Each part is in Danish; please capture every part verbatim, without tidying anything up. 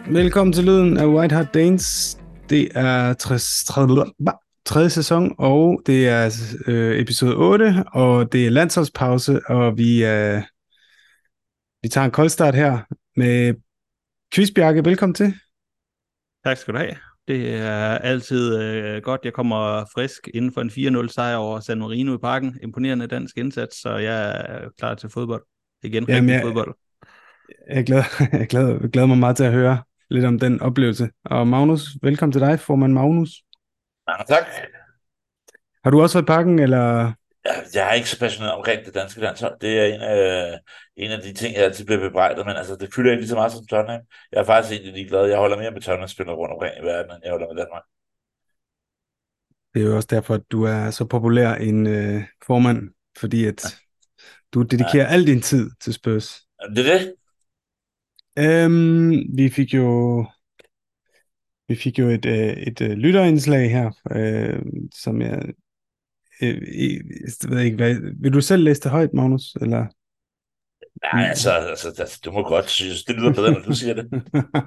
Velkommen til Lyden af White Hot Danes. Det er tredje, tredje sæson, og det er øh, episode otte, og det er landsholdspause, og vi, øh, vi tager en koldstart her med Quiz Bjarke. Velkommen til. Tak skal du have. Det er altid øh, godt. Jeg kommer frisk inden for en fire nul sejr over San Marino i Parken. Imponerende dansk indsats, så jeg er klar til fodbold. Igen, Jamen, rigtig jeg, fodbold. jeg, glæder, jeg glæder, glæder mig meget til at høre lidt om den oplevelse. Og Magnus, velkommen til dig, formand Magnus. Mange tak. Har du også været i Parken, eller? Jeg, jeg er ikke så passioneret omkring det danske landshold. Det er en af, en af de ting, jeg altid bliver bebrejdet, men altså, det fylder ikke lige så meget som Tottenham. Jeg er faktisk egentlig ligeglad. Jeg holder mere med Tottenham-spillere rundt omkring i verden, end jeg holder med Danmark. Det er jo også derfor, at du er så populær en øh, formand, fordi at du Nej, dedikerer al din tid til Spurs. det er det. Øhm, vi fik jo vi fik jo et, øh, et øh, lytterindslag her, øh, som jeg, øh, jeg, jeg ved ikke, hvad, vil du selv læse det højt, Magnus? Eller? Nej, altså, altså det, du må godt synes, det lyder bedre, når du siger det.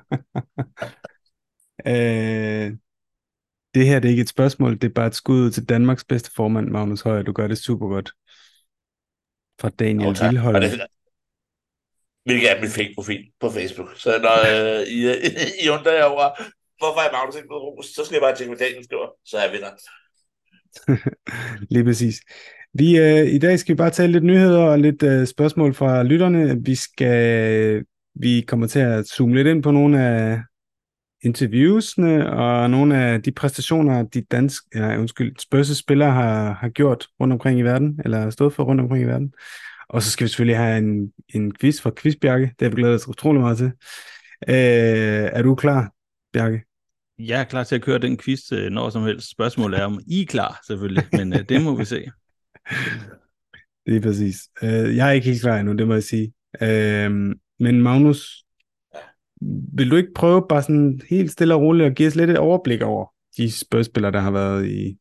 øh, det her det er ikke et spørgsmål, det er bare et skud ud til Danmarks bedste formand, Magnus Højer. Du gør det super godt. Fra Åh, Daniel tak. Og Vilholm. det, hvilket er min fake-profil på Facebook. Så når øh, I, I undrer jer over, hvorfor er Magnus ikke blevet rost, så skal jeg bare tjekke, hvad Daniel skriver, så er jeg vinder. Lige præcis. Vi, øh, I dag skal vi bare tale lidt nyheder og lidt øh, spørgsmål fra lytterne. Vi skal, vi kommer til at zoome lidt ind på nogle af interviewsene og nogle af de præstationer, de danske, ja, undskyld, Spurs' spillere har, har gjort rundt omkring i verden, eller stået for rundt omkring i verden. Og så skal vi selvfølgelig have en, en quiz fra Quiz Bjarke. Det har vi glædet os utrolig meget til. Øh, er du klar, Bjarke? Jeg er klar til at køre den quiz, øh, når som helst. Spørgsmålet er, om I er klar, selvfølgelig, men øh, det må vi se. Det er præcis. Øh, jeg er ikke helt klar endnu, det må jeg sige. Øh, men Magnus, vil du ikke prøve bare sådan helt stille og roligt at give os lidt et overblik over de spørgespillere, der har været i,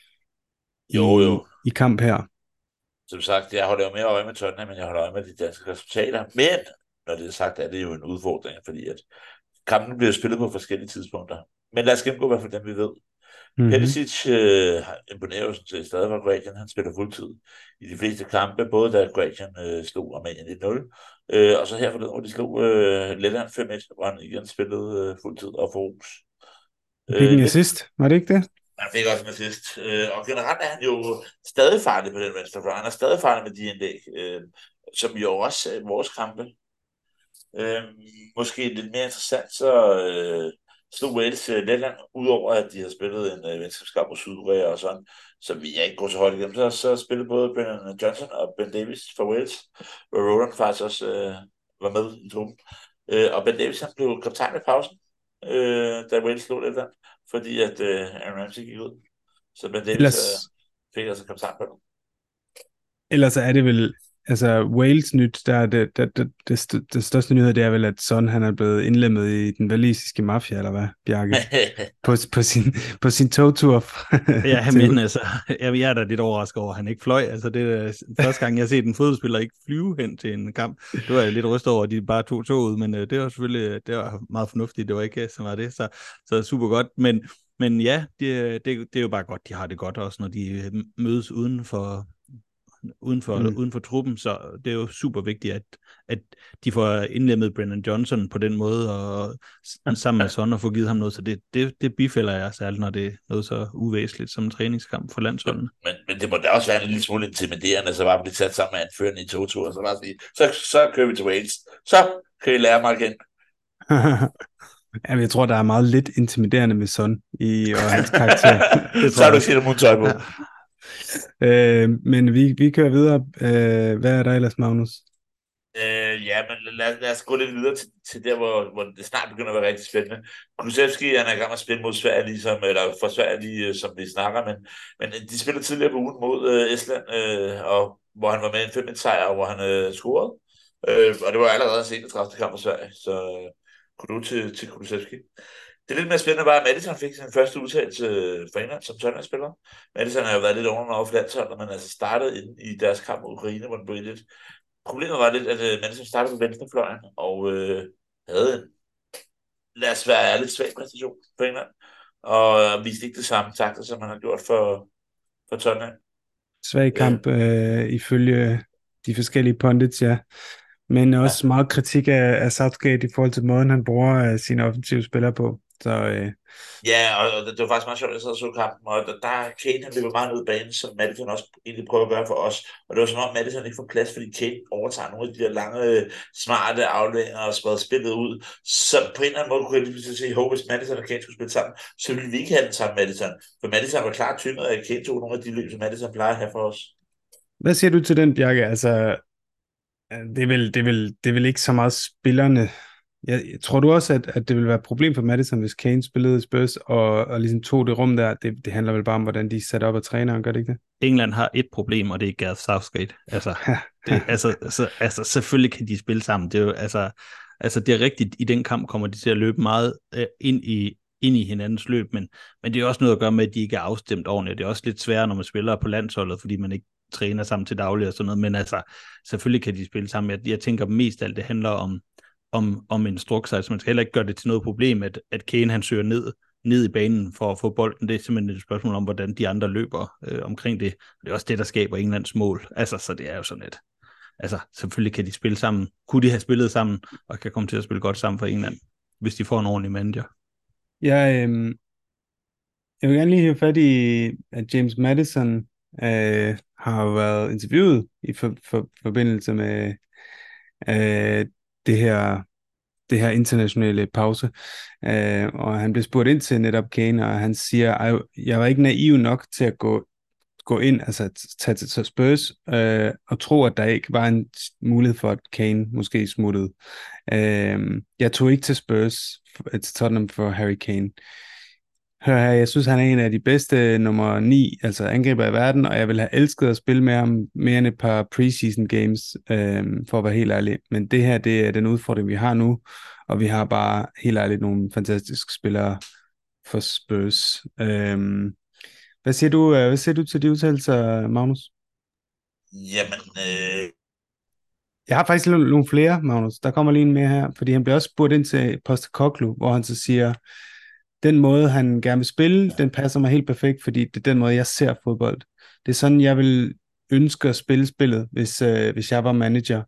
Jo, i, jo. i kamp her? Som sagt, jeg holder jo mere øje med Tottenham, men jeg holder øje med de danske resultater. Men når det er sagt, er det jo en udfordring, fordi at kampen bliver spillet på forskellige tidspunkter. Men lad os gennemgå, hvad for dem vi ved. Mm-hmm. Perisic øh, imponerer jo sådan set stadig for Kroatien. Han spiller fuldtid i de fleste kampe, både da Kroatien øh, slog Armenien et nul, øh, og så her forleden, hvor de slog øh, Letland fem et, hvor han igen spillede øh, fuldtid og for Ros. Fik Øh, en lidt, assist, var det ikke det? han fik også en assist, øh, og generelt er han jo stadig farlig på den venstre fløj. Han er stadig farlig med de indlæg, øh, som jo også er vores kampe. Øh, Måske lidt mere interessant, så øh, slog Wales øh, Letland, udover at de har spillet en øh, venskabskamp mod Sydkorea og sådan, så vi er ikke gået så højt igennem. Så, så spillede både Brennan Johnson og Ben Davis for Wales, hvor Roland faktisk også øh, var med i truppen. Øh, og Ben Davis han blev kaptajn i pausen, øh, da Wales slog Letland, fordi at øh, Aaron Ramsey gik ud. Så Ben Davis øh, Ellers, fik altså kaptajn på den. ellers er det vel, altså Wales nyt, der er det, det, det, det, st- det største nyhed, det er vel, at Son han er blevet indlemmet i den walisiske mafia, eller hvad, Bjarke? På, på sin, på sin togtur Ja, til, men altså, jeg er da lidt overrasket over, at han ikke fløj. Altså, det er første gang, jeg har set en fodboldspiller ikke flyve hen til en kamp. Det var jeg lidt rystet over, at de bare tog toget, men øh, det var selvfølgelig det var meget fornuftigt. Det var ikke så meget det, så, så super godt. Men, men ja, det, det, det er jo bare godt, de har det godt også, når de øh, mødes uden for, uden for, mm. uden for truppen, så det er jo super vigtigt, at, at de får indlemmet Brennan Johnson på den måde, og sammen med Son og få givet ham noget, så det, det, det bifælder jeg særligt, når det er noget så uvæsentligt som en træningskamp for landsholden. Men, men det må da også være en lille smule intimiderende, så bare blive sat sammen med anførende i to ture, så bare sige, så, så kører vi til Wales. Så kan I lære mig igen. Jamen, jeg tror, der er meget lidt intimiderende med Son i og hans karakter. Det så har du ikke set dem tøj på. Ja. Øh, men vi, vi kører videre. Øh, hvad er der ellers, Magnus? Øh, ja, men lad, lad os gå lidt videre til, til der, hvor, hvor det snart begynder at være rigtig spændende. Kulusevski, han er i gang med at spille mod Sverige, ligesom, eller for Sverige, lige, som vi snakker, men, men de spillede tidligere på ugen mod øh, Estland, øh, og, hvor han var med i en fem et sejr, hvor han øh, scorede. Øh, og det var allerede en enogtredivte kamp for Sverige, så øh, kunne du til, til Kulusevski. Det lidt mere spændende var, at Madison fik sin første udtalelse for England som Tottenham-spiller. Madison har jo været lidt under over for landsholdet, men altså startede ind i deres kamp mod Ukraine, hvor den blev lidt. Problemet var lidt, at uh, Madison startede på venstrefløjen, og øh, havde en lad os være ærligt, svag præstation på England, og øh, viste ikke det samme takter, som man har gjort for, for Tottenham. Svag Øh, kamp øh, ifølge de forskellige pundits, ja. Men ja. også meget kritik af, af Southgate i forhold til måden, han bruger øh, sine offensive spillere på. Så øh, Ja, og, og det, det var faktisk meget sjovt, at jeg sad og så kampen, og der, der er Kane, han løber meget ud af banen, som Maddison også egentlig prøver at gøre for os. Og det var som om Maddison ikke får plads, fordi Kane overtager nogle af de der lange, smarte afleveringer og spreder spillet ud. Så på en eller anden måde kunne jeg lige pludselig se, at hvis Maddison og Kane skulle spille sammen, så ville vi ikke have den sammen Maddison. For Maddison var klart tynget af, at Kane tog nogle af de løb, som Maddison plejer at have for os. hvad siger du til den, Bjarke? Altså, det er vel, det er vel, det er vel ikke så meget spillerne. Jeg, jeg tror du også, at, at det vil være et problem for Maddison, hvis Kane spillede i Spurs og, og ligesom tog det rum der? Det, det handler vel bare om, hvordan de sætter op og træner, gør det ikke det? England har et problem, og det er Gareth Southgate. Altså, det, altså, så, altså, selvfølgelig kan de spille sammen. Det er jo, altså, altså, det er rigtigt, i den kamp kommer de til at løbe meget øh, ind, i, ind i hinandens løb, men, men det er også noget at gøre med, at de ikke er afstemt ordentligt. Det er også lidt sværere, når man spiller på landsholdet, fordi man ikke træner sammen til daglig og sådan noget, men altså, selvfølgelig kan de spille sammen. Jeg, jeg tænker mest af alt, det handler om om, om instrukser, altså man skal heller ikke gøre det til noget problem, at, at Kane han søger ned, ned i banen for at få bolden. Det er simpelthen et spørgsmål om, hvordan de andre løber øh, omkring det. Det er også det, der skaber Englands mål. Altså, så det er jo sådan et, altså selvfølgelig kan de spille sammen. Kunne de have spillet sammen, og kan komme til at spille godt sammen for England, hvis de får en ordentlig manager. Jeg, øh, jeg vil gerne lige have fat i, at James Maddison øh, har været interviewet i for, for, forbindelse med øh, det her det her internationale pause, øh, og han blev spurgt ind til netop Kane, og han siger, jeg var ikke naiv nok til at gå, gå ind, altså tage til Spurs, øh, og tro, at der ikke var en mulighed for, at Kane måske smuttede. Øh, jeg tog ikke til Spurs, til Tottenham for Harry Kane. Hør her, jeg synes, han er en af de bedste nummer ni, altså angriber i verden, og jeg ville have elsket at spille med ham mere end et par preseason games, øhm, for at være helt ærlig. Men det her, det er den udfordring, vi har nu, og vi har bare helt ærligt nogle fantastiske spillere for Spurs. Øhm, hvad siger du, øh, hvad siger du til de udtalelser, Magnus? Jamen, øh... Jeg har faktisk nogle, nogle flere, Magnus. Der kommer lige en mere her, fordi han bliver også spurgt ind til Postecoglou, hvor han så siger, den måde, han gerne vil spille, den passer mig helt perfekt, fordi det er den måde, jeg ser fodbold. Det er sådan, jeg vil ønske at spille spillet, hvis, øh, hvis jeg var manager.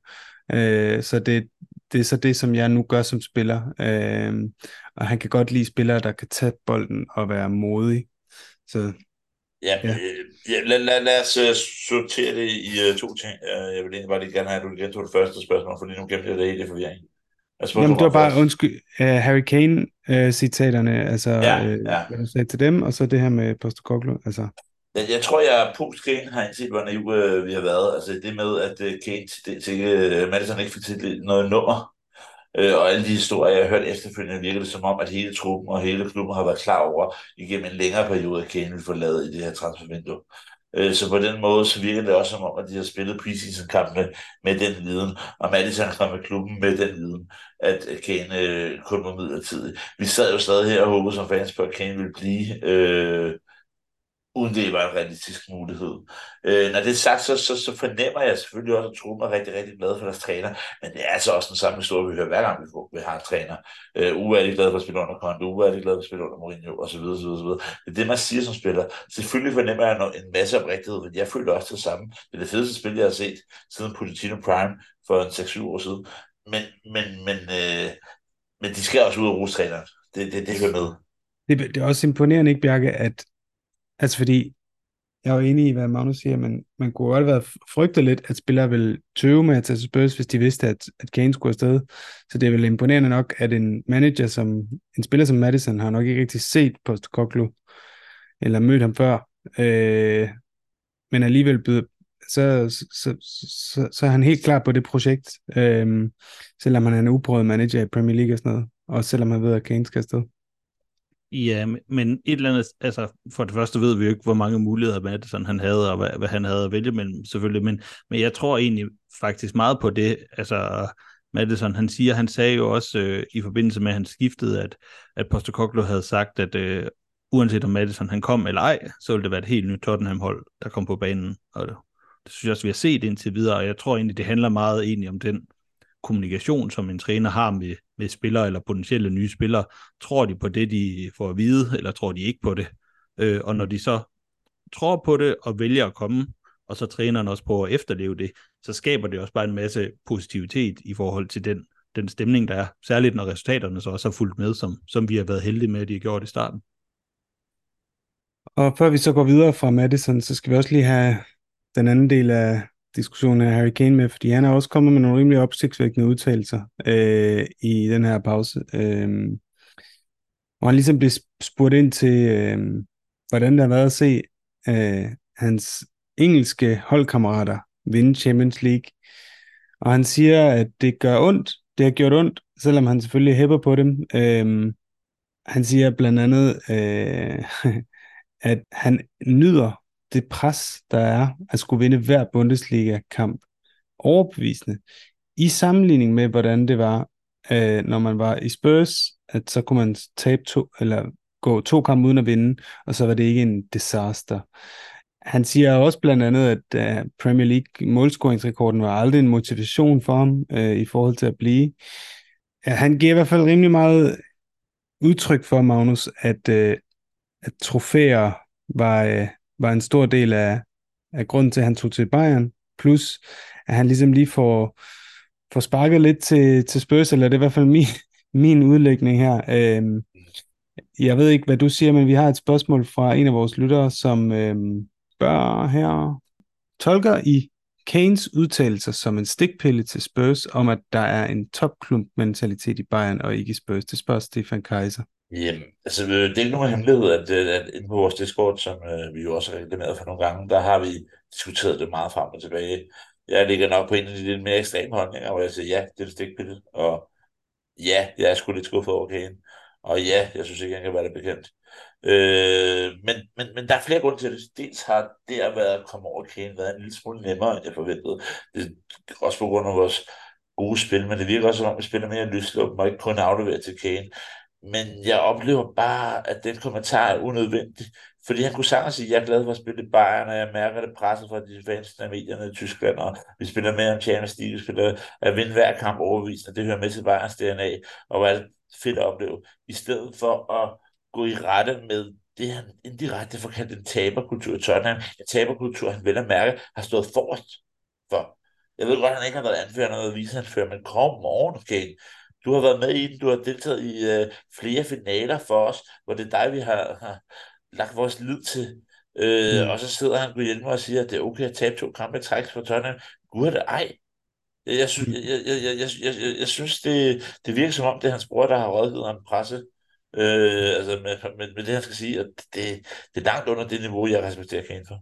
Øh, så det, det er så det, som jeg nu gør som spiller. Øh, og han kan godt lide spillere, der kan tage bolden og være modige. Så, ja, ja. Øh, ja, lad, lad, lad os uh, sortere det i uh, to ting. Uh, jeg vil egentlig bare lige gerne have, at du igen tog det første spørgsmål, fordi nu glemte jeg det hele forvirring. Jamen, det var bare, undskyld, uh, Harry Kane-citaterne, uh, altså, ja, uh, ja. hvad du sagde til dem, og så det her med Postecoglou, altså. Jeg, jeg tror, jeg post-Kane har indset, hvor naiv uh, vi har været. Altså det med, at uh, Kane til, til uh, Maddison ikke fik til noget nummer, uh, og alle de historier, jeg har hørt efterfølgende, virker det som om, at hele truppen og hele klubben har været klar over igennem en længere periode, at Kane ville få lavet i det her transfervindue. Så på den måde, så virker det også som om, at de har spillet preseason-kampene med den viden, og Maddison kom med klubben med den viden, at Kane øh, kun var midlertidig. Vi sad jo stadig her og håbede som fans på, at Kane ville blive, øh, uden det var en realistisk mulighed. Øh, når det er sagt, så, så, så fornemmer jeg selvfølgelig også, at truppen er rigtig, rigtig glad for deres træner, men det er altså også den samme historie, vi hører hver gang, vi, får, vi har en træner. Øh, uge er de glade for at spille under Conte, uge er de glade for at spille under Mourinho, osv. osv., osv. Det er det, man siger som spiller. Selvfølgelig fornemmer jeg en masse oprigtighed, men jeg føler også det samme. Det er det fedeste spil, jeg har set siden Pochettino Prime for en seks syv år siden. Men, men, men, øh, men de skal også ud af rostræneren. Det, det, det hører med. Det, det er også imponerende, ikke, Bjarke, at altså fordi, jeg er jo enig i, hvad Magnus siger, men man kunne godt have været frygtet lidt, at spillere ville tøve med at tage til Spurs, hvis de vidste, at, at Kane skulle afsted. Så det er vel imponerende nok, at en manager som, en spiller som Maddison, har nok ikke rigtig set Postecoglou, eller mødt ham før, øh, men alligevel byder, så, så, så, så, så er han helt klar på det projekt, øh, selvom han er en uprøvet manager i Premier League og sådan noget, og selvom han ved, at Kane skal afsted. Ja, men et eller andet, altså for det første ved vi jo ikke, hvor mange muligheder Maddison han havde, og hvad, hvad han havde at vælge mellem, selvfølgelig, men, men jeg tror egentlig faktisk meget på det, altså Maddison, han siger, han sagde jo også øh, i forbindelse med, at han skiftede, at, at Postecoglou havde sagt, at øh, uanset om Maddison han kom eller ej, så ville det være et helt nyt Tottenham-hold, der kom på banen, og det, det synes jeg også, vi har set indtil videre, og jeg tror egentlig, det handler meget egentlig om den kommunikation, som en træner har med, med spillere eller potentielle nye spillere. Tror de på det, de får at vide, eller tror de ikke på det? Øh, og når de så tror på det og vælger at komme, og så træneren også på at efterleve det, så skaber det også bare en masse positivitet i forhold til den, den stemning, der er. Særligt når resultaterne så også har fulgt med, som, som vi har været heldige med, at de har gjort i starten. Og før vi så går videre fra Madison, så skal vi også lige have den anden del af diskussionen af Harry Kane med, fordi han er også kommet med nogle rimelig opsigtsvækkende udtalelser øh, i den her pause. Øh, og han ligesom blev spurgt ind til, øh, hvordan det har været at se øh, hans engelske holdkammerater vinde Champions League. Og han siger, at det gør ondt. Det har gjort ondt, selvom han selvfølgelig hæpper på dem. Øh, han siger blandt andet, øh, at han nyder det pres, der er at skulle vinde hver Bundesliga-kamp overbevisende. I sammenligning med, hvordan det var, øh, når man var i Spurs, at så kunne man tabe to, eller gå to kampe uden at vinde, og så var det ikke en disaster. Han siger også blandt andet, at uh, Premier League målscoringsrekorden var aldrig en motivation for ham øh, i forhold til at blive. Ja, han giver i hvert fald rimelig meget udtryk for, Magnus, at, øh, at trofæer var, øh, var en stor del af, af grunden til, at han tog til Bayern, plus at han ligesom lige får, får sparket lidt til, til Spurs, eller det er i hvert fald min, min udlægning her. Øhm, jeg ved ikke, hvad du siger, men vi har et spørgsmål fra en af vores lyttere, som øhm, spørger her. Tolker I Kanes udtalelser som en stikpille til Spurs, om at der er en topklub-mentalitet i Bayern og ikke i Spurs? Det spørger Stefan Kaiser. Jamen, altså, øh, det er ikke nogen hemmelighed, at, øh, at inde på vores Discord, som øh, vi jo også har reklameret for nogle gange, der har vi diskuteret det meget frem og tilbage. Jeg ligger nok på en af de lidt mere ekstreme holdninger, hvor jeg siger, ja, det er et stikpille, og ja, jeg er sgu lidt skuffet over Kane, og ja, jeg synes ikke, han kan være det bekendt. Øh, men, men, men der er flere grunde til det. Dels har det at være at komme over Kane været en lille smule nemmere, end jeg forventede. Det er også på grund af vores gode spil, men det virker også, som om vi spiller mere lystlåben og ikke kun afleveret til Kane. Men jeg oplever bare, at den kommentar er unødvendig. Fordi han kunne sagtens sige, at jeg er glad for at spille i Bayern, og jeg mærker det presset fra de fans af medierne i Tyskland, og vi spiller mere om Champions League, vi spiller at vinde hver kamp overbevisende. Det hører med til Bayerns D N A, og var alt fedt at opleve. I stedet for at gå i rette med det, han indirekte får kaldt en taberkultur i Tottenham. En taberkultur, han vel at mærke, har stået forrest for. Jeg ved godt, at han ikke har været anfører noget viceanfører, men kom morgen, okay. Du har været med i den, du har deltaget i øh, flere finaler for os, hvor det er dig, vi har, har lagt vores lid til. Øh, mm. Og så sidder han på hjælpe og siger, at det er okay at tabe to kampe i træk for Tottenham. Gud er det ej. Jeg, jeg, sy- jeg, jeg, jeg, jeg, jeg, jeg, jeg synes, det, det virker som om, det er hans bror, der har rådgivet ham presse. Øh, altså med, med, med det, han skal sige, at det, det er langt under det niveau, jeg respekterer Kane for.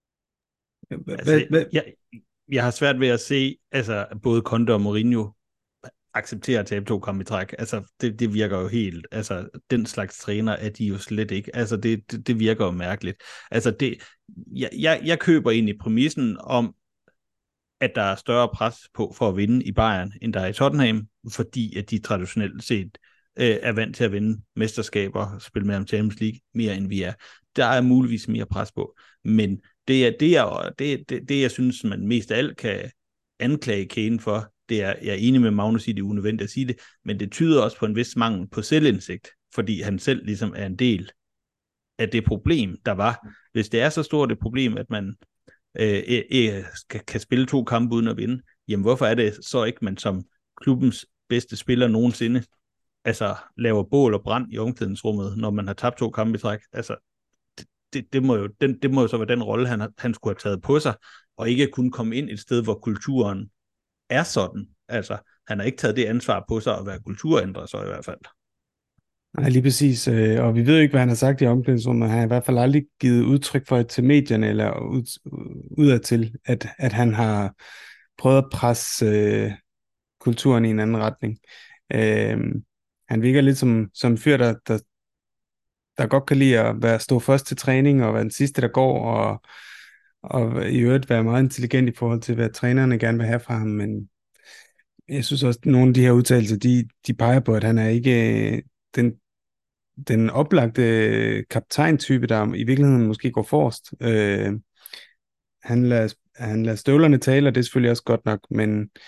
Altså, jeg, jeg har svært ved at se, altså både Conte og Mourinho acceptere at tabe to kampe i træk. Altså, det, det virker jo helt, altså, den slags træner er de jo slet ikke. Altså, det, det, det virker jo mærkeligt. Altså, det, jeg, jeg, jeg køber egentlig præmissen om, at der er større pres på for at vinde i Bayern, end der er i Tottenham, fordi at de traditionelt set øh, er vant til at vinde mesterskaber, spille med om Champions League, mere end vi er. Der er muligvis mere pres på. Men det er det, jeg, det, det, det, jeg synes, man mest af alt kan anklage Kane for, det er, jeg er enig med Magnus i, det er unødvendigt at sige det, men det tyder også på en vis mangel på selvindsigt, fordi han selv ligesom er en del af det problem, der var. Hvis det er så stort et problem, at man øh, øh, kan, kan spille to kampe uden at vinde, jamen hvorfor er det så ikke, man som klubbens bedste spiller nogensinde altså laver bål og brand i omklædningsrummet, når man har tabt to kampe i træk? Altså, det, det, det, må jo, den, det må jo så være den rolle, han, han skulle have taget på sig, og ikke kunne komme ind et sted, hvor kulturen er sådan. Altså, han har ikke taget det ansvar på sig at være kulturændrer, så i hvert fald. Nej, lige præcis. Og vi ved jo ikke, hvad han har sagt i omklædningsrummet. Han har i hvert fald aldrig givet udtryk for det til medierne, eller ud, udadtil, at, at han har prøvet at presse øh, kulturen i en anden retning. Øh, han virker lidt som, som en fyr, der, der, der godt kan lide at være, stå først til træning, og være den sidste, der går, og, og i øvrigt være meget intelligent i forhold til, hvad trænerne gerne vil have fra ham, men jeg synes også, at nogle af de her udtalelser, de, de peger på, at han er ikke den, den oplagte kaptajntype, der i virkeligheden måske går forrest. Øh, han, lader, han lader støvlerne tale, og det er selvfølgelig også godt nok, men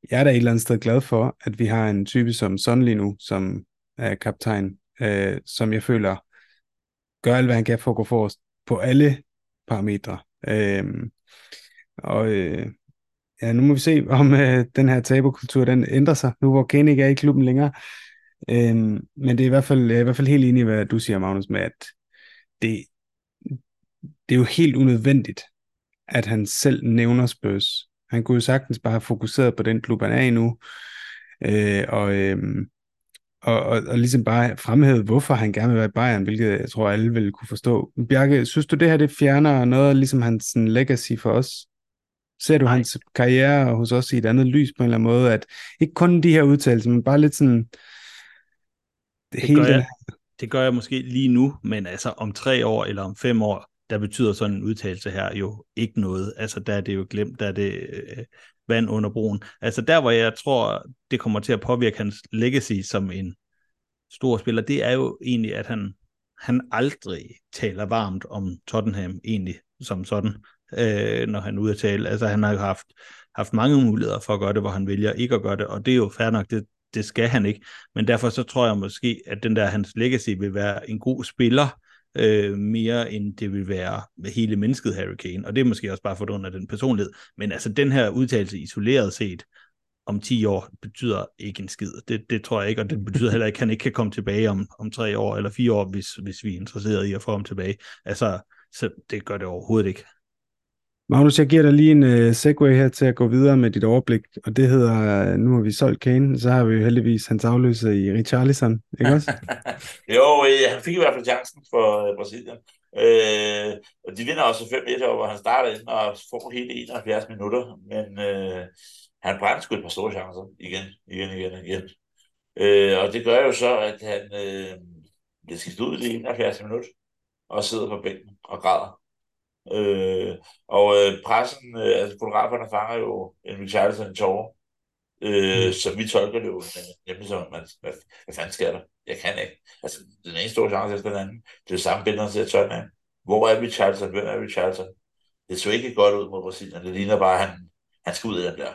jeg er da et eller andet sted glad for, at vi har en type som Son lige nu, som er kaptajn, øh, som jeg føler gør alt, hvad han kan for at gå forrest på alle parametre. Øh, og øh, ja, nu må vi se, om øh, den her taberkultur, den ændrer sig, nu hvor Kane ikke er i klubben længere. Øh, men det er i hvert fald, jeg er i hvert fald helt enig i, hvad du siger, Magnus, med at det, det er jo helt unødvendigt, at han selv nævner Spurs. Han kunne jo sagtens bare have fokuseret på den klub, han er i nu, øh, og, øh, og, og, og ligesom bare fremhævet, hvorfor han gerne vil være i Bayern, hvilket jeg tror, alle vil kunne forstå. Bjarke, synes du, det her det fjerner noget af ligesom hans sådan, legacy for os? Ser du Nej. hans karriere hos os i et andet lys på en eller anden måde, at ikke kun de her udtalelser, men bare lidt sådan det, Det hele gør den jeg, det gør jeg måske lige nu, men altså om tre år eller om fem år, der betyder sådan en udtalelse her jo ikke noget. Altså der er det jo glemt, der er det øh, vand under broen. Altså der, hvor jeg tror, det kommer til at påvirke hans legacy som en stor spiller, det er jo egentlig, at han, han aldrig taler varmt om Tottenham egentlig som sådan, øh, når han er ude at tale. Altså han har jo haft, haft mange muligheder for at gøre det, hvor han vælger ikke at gøre det, og det er jo fair nok, det, det skal han ikke. Men derfor så tror jeg måske, at den der hans legacy vil være en god spiller, øh, mere end det vil være med hele mennesket Harry Kane, og det er måske også bare for grund af den personlighed. Men altså den her udtalelse isoleret set, om ti år, betyder ikke en skid. Det, det tror jeg ikke, og det betyder heller ikke, at han ikke kan komme tilbage om, om tre år eller fire år, hvis, hvis vi er interesseret i at få ham tilbage. Altså, så det gør det overhovedet ikke. Magnus, jeg giver dig lige en uh, segue her til at gå videre med dit overblik, og det hedder, uh, nu har vi solgt Kane, så har vi jo heldigvis hans afløser i Richarlison, ikke også? Jo, øh, han fik i hvert fald chancen for øh, Brasilien. Øh, og de vinder også fem et, hvor han starter ind og får hele enoghalvfjerds minutter, men øh, han brænder sgu et par store chancer igen, igen, igen, igen. Øh, og det gør jo så, at han øh, bliver skiftet ud i enoghalvfjerds minutter og sidder på bænken og græder. Øh, og øh, pressen, øh, altså fotograferne fanger jo en Richarlison i tårer, øh, som vi tolker det jo, nemlig som, man, hvad, hvad fanden sker der? Jeg kan ikke. Altså, den ene store chance efter den anden. Det er det samme billeder til Tottenham. Hvor er Richarlison? Hvem er Richarlison? Det så ikke godt ud mod Brasilien. Det ligner bare, at han, han skal ud af den der.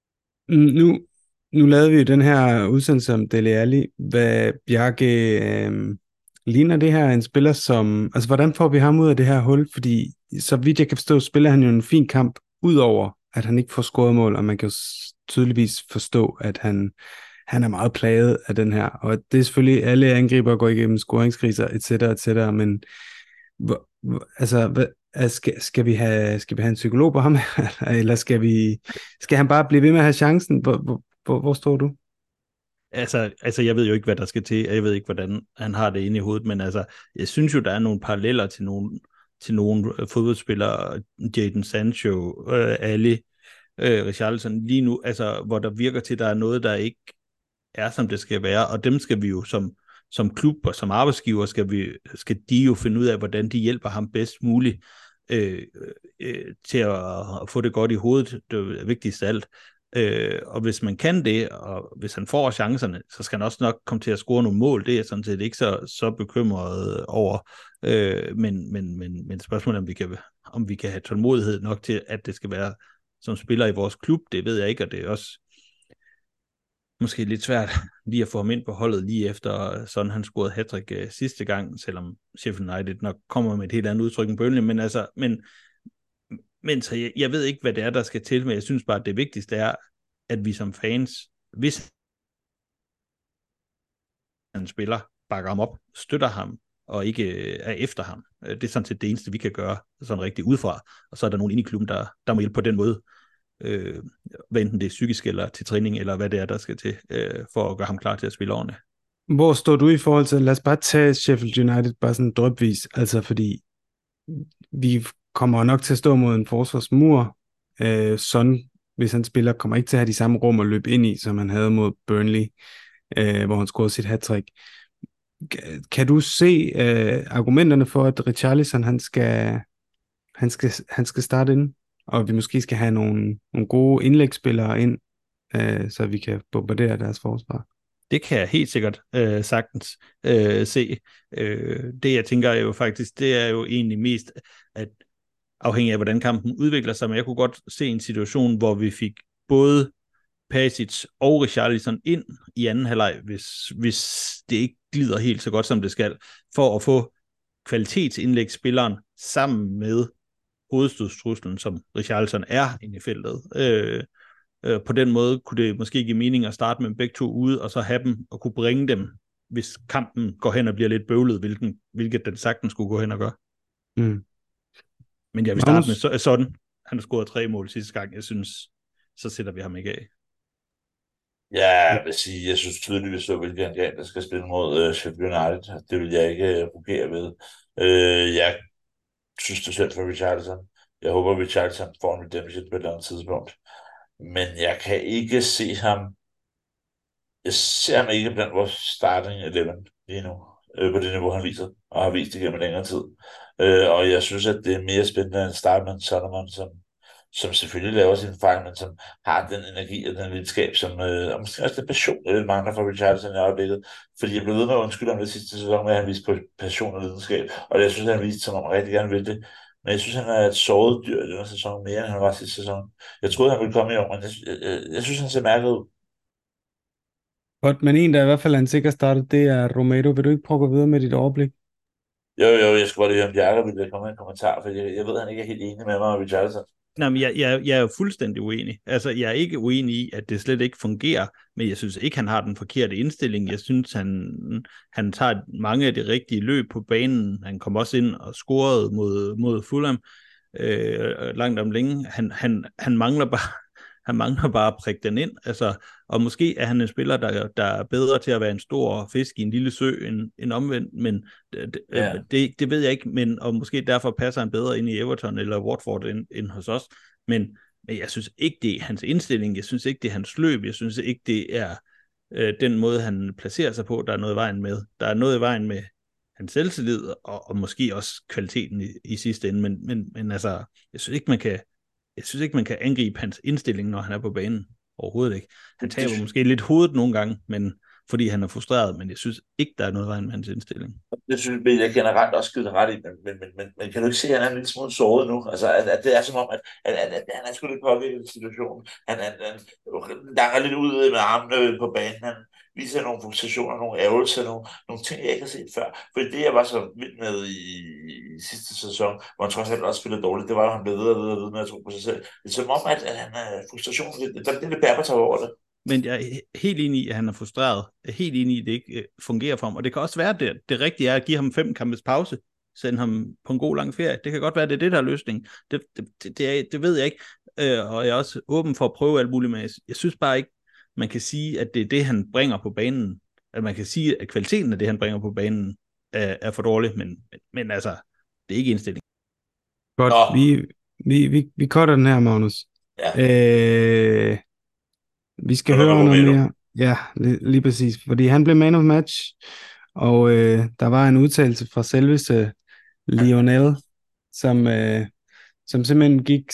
Nu, nu lavede vi jo den her udsendelse om Dele Alli. Hvad, Bjarke, øh, ligner det her en spiller som... Altså, hvordan får vi ham ud af det her hul? Fordi, så vidt jeg kan forstå, spiller han jo en fin kamp, udover at han ikke får scoret mål, og man kan jo tydeligvis forstå, at han, han er meget plaget af den her. Og det er selvfølgelig, alle angriber går igennem scoringskriser, et cetera, et cetera, men hvor, hvor, altså, hvad, skal, skal, vi have, skal vi have en psykolog på ham, eller skal, vi, skal han bare blive ved med at have chancen? Hvor, hvor, hvor, hvor står du? Altså, altså, jeg ved jo ikke, hvad der skal til, og jeg ved ikke, hvordan han har det inde i hovedet, men altså, jeg synes jo, der er nogle paralleller til nogle, til nogle fodboldspillere, Jadon Sancho, øh, Ali, øh, Richarlison, lige nu, altså, hvor der virker til, at der er noget, der ikke er, som det skal være, og dem skal vi jo som, som klub og som arbejdsgiver, skal, vi, skal de jo finde ud af, hvordan de hjælper ham bedst muligt øh, øh, til at, at få det godt i hovedet, det er vigtigst af alt. Øh, og hvis man kan det, og hvis han får chancerne, så skal han også nok komme til at score nogle mål. Det er jeg sådan set ikke så, så bekymret over. Øh, men, men, men, men spørgsmålet er, om vi, kan, om vi kan have tålmodighed nok til, at det skal være som spiller i vores klub, det ved jeg ikke, og det er også måske lidt svært lige at få ham ind på holdet lige efter sådan han scorede hattrick uh, sidste gang, selvom Sheffield United nok kommer med et helt andet udtryk end Burnley, men altså, men Men så jeg, jeg ved ikke, hvad det er, der skal til, men jeg synes bare, at det vigtigste er, at vi som fans, hvis han spiller, bakker ham op, støtter ham, og ikke er efter ham. Det er sådan set det eneste, vi kan gøre sådan rigtig udefra. Og så er der nogen inde i klubben, der, der må hjælpe på den måde. Øh, hvad enten det er psykisk eller til træning, eller hvad det er, der skal til, øh, for at gøre ham klar til at spille ordentligt. Hvor står du i forhold til, lad os bare tage Sheffield United bare sådan drøbvis, altså fordi vi kommer nok til at stå mod en forsvarsmur. Øh, Son, hvis han spiller, kommer ikke til at have de samme rum at løbe ind i, som han havde mod Burnley, øh, hvor han scorede sit hattrick. Kan du se øh, argumenterne for, at Richarlison, han skal, han skal, han skal starte ind, og vi måske skal have nogle, nogle gode indlægsspillere ind, øh, så vi kan bombardere deres forsvar? Det kan jeg helt sikkert øh, sagtens øh, se. Øh, det jeg tænker er jo faktisk, det er jo egentlig mest, at afhængig af hvordan kampen udvikler sig, men jeg kunne godt se en situation, hvor vi fik både Perisic og Richarlison ind i anden halvleg, hvis, hvis det ikke glider helt så godt, som det skal, for at få kvalitetsindlægsspilleren sammen med hovedstødstruslen, som Richarlison er inde i feltet. Øh, øh, på den måde kunne det måske give mening at starte med begge to ude, og så have dem og kunne bringe dem, hvis kampen går hen og bliver lidt bøvlet, hvilken, hvilket den sagtens skulle gå hen og gøre. Mm. Men jeg vil starte med så, sådan. Han har scoret tre mål sidste gang. Jeg synes, så sætter vi ham ikke af. Ja, jeg vil sige, jeg synes tydeligt, vi så, hvilken gang der skal spille mod uh, Sheffield United. Det vil jeg ikke uh, rokere ved. Uh, jeg synes det er synd for Richarlison. Jeg håber, Richarlison får en redemption på et eller andet tidspunkt. Men jeg kan ikke se ham. Jeg ser ham ikke blandt vores starting elleve lige nu. Øh, på det niveau, han viser, og har vist det gennem længere tid. Øh, og jeg synes, at det er mere spændende end Starman Solomon, som, som selvfølgelig laver sin fejl, men som har den energi og den lidenskab, som, øh, og måske også den passion, jeg mangler for Richarlison i øjeblikket. Fordi jeg blev ved med at undskylde om det sidste sæson, med at han viste passion og lidenskab, og jeg synes, at han viste, som om han rigtig gerne vil det. Men jeg synes, han er et såret dyr i denne sæson, mere end han var sidste sæson. Jeg troede, han ville komme i år, men jeg, jeg, jeg, jeg synes, han ser mærket ud. Godt, men en, der i hvert fald er en sikker start, det er Romero. Vil du ikke prøve at gå videre med dit overblik? Jo, jo, jeg skal bare lige høre, om Bjarke ville komme med en kommentar, for jeg, jeg ved, at han ikke er helt enig med mig og Richarlison. Nej, men jeg, jeg, jeg er jo fuldstændig uenig. Altså, jeg er ikke uenig i, at det slet ikke fungerer, men jeg synes ikke, han har den forkerte indstilling. Jeg synes, han, han tager mange af de rigtige løb på banen. Han kom også ind og scorede mod, mod Fulham øh, langt om længe. Han, han, han mangler bare han mangler bare at prikke den ind. Altså, og måske er han en spiller, der, der er bedre til at være en stor fisk i en lille sø end, end omvendt, men det, Ja. det, det ved jeg ikke, men, og måske derfor passer han bedre ind i Everton eller Watford end, end hos os, men, men jeg synes ikke, det er hans indstilling, jeg synes ikke, det er hans løb, jeg synes ikke, det er øh, den måde, han placerer sig på, der er noget i vejen med. Der er noget i vejen med hans selvtillid, og, og måske også kvaliteten i, i sidste ende, men, men, men altså, jeg synes ikke, man kan Jeg synes ikke, man kan angribe hans indstilling, når han er på banen. Overhovedet ikke. Han taber det, måske lidt hovedet nogle gange, men fordi han er frustreret, men jeg synes ikke, der er noget vejen med hans indstilling. Det synes jeg, jeg generelt også givet ret i, men, men, men, men, men kan du ikke se, at han er en lille smule såret nu? Altså, at, at det er som om, at, at, at, at han er sgu lidt påvirket i situationen. Han, han, han langer lidt ud med armene på banen. Han viser nogle frustrationer, nogle ærgelser, nogle, nogle ting, jeg ikke har set før. For det, jeg var så vild med i, i sidste sæson, hvor han trods alt også spillede dårligt, det var, at han blev ved og ved og ved med at tro på sig selv. Det er som om, at, at han er frustrationen, der er lidt bærbertag over det. Men jeg er helt enig i, at han er frustreret. Jeg er helt enig i, at det ikke fungerer for ham. Og det kan også være, at det, det rigtige er at give ham fem kampes pause. Sende ham på en god lang ferie. Det kan godt være, at det er det, der er løsningen. Det, det, det, det, er, det ved jeg ikke. Øh, og jeg er også åben for at prøve alt muligt. Men jeg, jeg synes bare ikke, man kan sige, at det er det, han bringer på banen. At man kan sige, at kvaliteten af det, han bringer på banen, er, er for dårlig. Men, men, men altså, det er ikke indstilling. Godt, Nå. vi, vi, vi, vi cutter den her, Magnus. Ja. Øh, vi skal Hvad høre med noget Romero? mere. Ja, lige, lige præcis. Fordi han blev man of match, og øh, der var en udtalelse fra selveste Lionel, som, øh, som simpelthen gik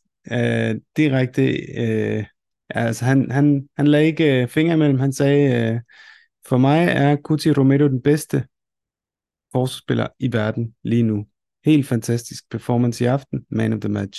øh, direkte. Øh, altså han, han, han lagde ikke øh, fingre imellem. Han sagde, øh, for mig er Cuti Romero den bedste forsvarsspiller i verden lige nu. Helt fantastisk performance i aften. Man of the match.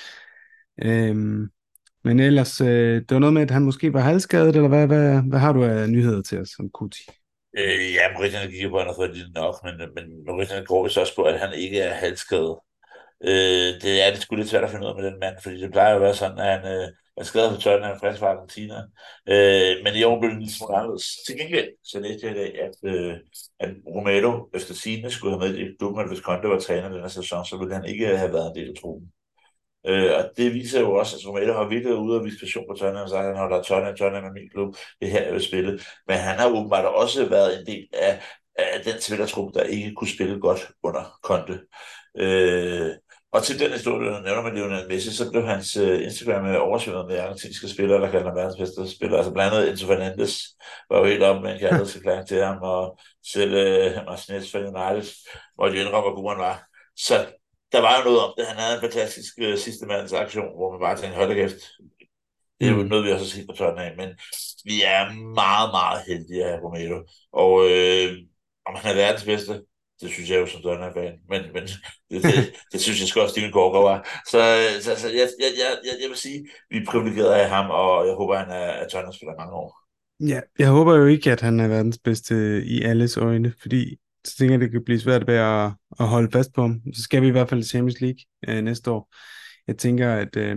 Øhm, men ellers, øh, det var noget med, at han måske var halvskadet, eller hvad, hvad, hvad har du af nyheder til os om Cuti? Øh, ja, Moritzerne kigger på, at han har fået lidt nok, men, men Moritzerne går vist også på, at han ikke er halvskadet. Øh, det er det sgu lidt svært at finde ud af med den mand, fordi det plejer jo at være sådan, at han øh, er skadet for Tottenham, frisk fra Argentina. Øh, men i år blev det lidt smule anderledes. Til gengæld, så læste jeg i dag, at, øh, at Romero efter sigende skulle have med i klubben, at hvis Conte var træner den her sæson, så ville han ikke have været en del af truppen. Øh, og det viser jo også, at Romero har virkelig ude af vision på Tottenham, så han har der Tottenham, Tottenham er min klub, det her jeg vil spille. Men han har åbenbart også været en del af, af den spillertruppe, der ikke kunne spille godt under Conte. Øh, og til den historie, der nævner med Lionel Messi, så blev hans uh, Instagram oversvømmet med argentinske spillere, der kalder ham verdens bedste spiller. Altså blandt andet Enzo Fernandes var jo helt op med en kærlighedserklæring til ham, og selv uh, Martinez for United, hvor de indrømmer, hvor god han var. Så der var jo noget om det. Han havde en fantastisk uh, sidste mands aktion, hvor man bare tænkte, hold da kæft. Det er jo mm. noget, vi også har set på Tottenham, men vi er meget, meget heldige af Romero. Og øh, om han er verdens bedste, Det synes jeg jo som Tottenham-fan, men, men det, det, det synes jeg sgu også, Steven Gorker var. Så, så, så jeg, jeg, jeg, jeg, jeg vil sige, vi er privilegerede af ham, og jeg håber, han er, er Tottenham-spiller mange år. Ja, jeg håber jo ikke, at han er verdens bedste i alles øjne, fordi så tænker jeg, det kan blive svært ved at, at holde fast på ham. Så skal vi i hvert fald i Champions League øh, næste år. Jeg tænker, at, øh,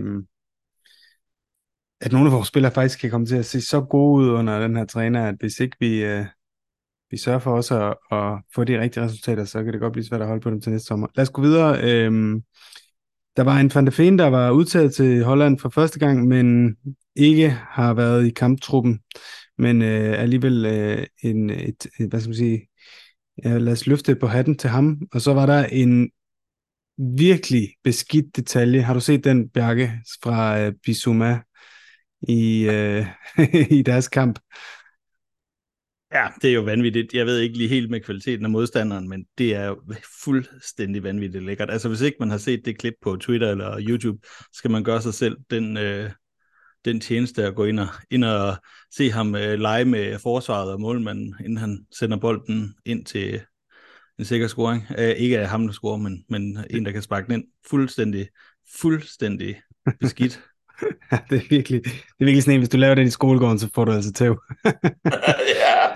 at nogle af vores spillere faktisk kan komme til at se så gode ud under den her træner, at hvis ikke vi, øh, vi sørger for også at, at få de rigtige resultater, så kan det godt blive svært at holde på dem til næste sommer. Lad os gå videre. Øh, der var en Van de Ven, der var udtaget til Holland for første gang, men ikke har været i kamptruppen, men øh, alligevel øh, en, et, et, hvad skal man sige, ja, lad os løfte på hatten til ham. Og så var der en virkelig beskidt detalje. Har du set den, Bjarke, fra øh, Bissouma i, øh, i deres kamp? Ja, det er jo vanvittigt. Jeg ved ikke lige helt med kvaliteten af modstanderen, men det er jo fuldstændig vanvittigt lækkert. Altså hvis ikke man har set det klip på Twitter eller YouTube, så skal man gøre sig selv den, øh, den tjeneste at gå ind og, ind og se ham øh, lege med forsvaret og målmanden, inden han sender bolden ind til en sikker scoring. Uh, ikke af ham, der scorer, men, men en, der kan sparke den ind. Fuldstændig, fuldstændig beskidt. Ja, det er virkelig, det er virkelig sådan en, hvis du laver den i skolegården, så får du altså tæv. Ja.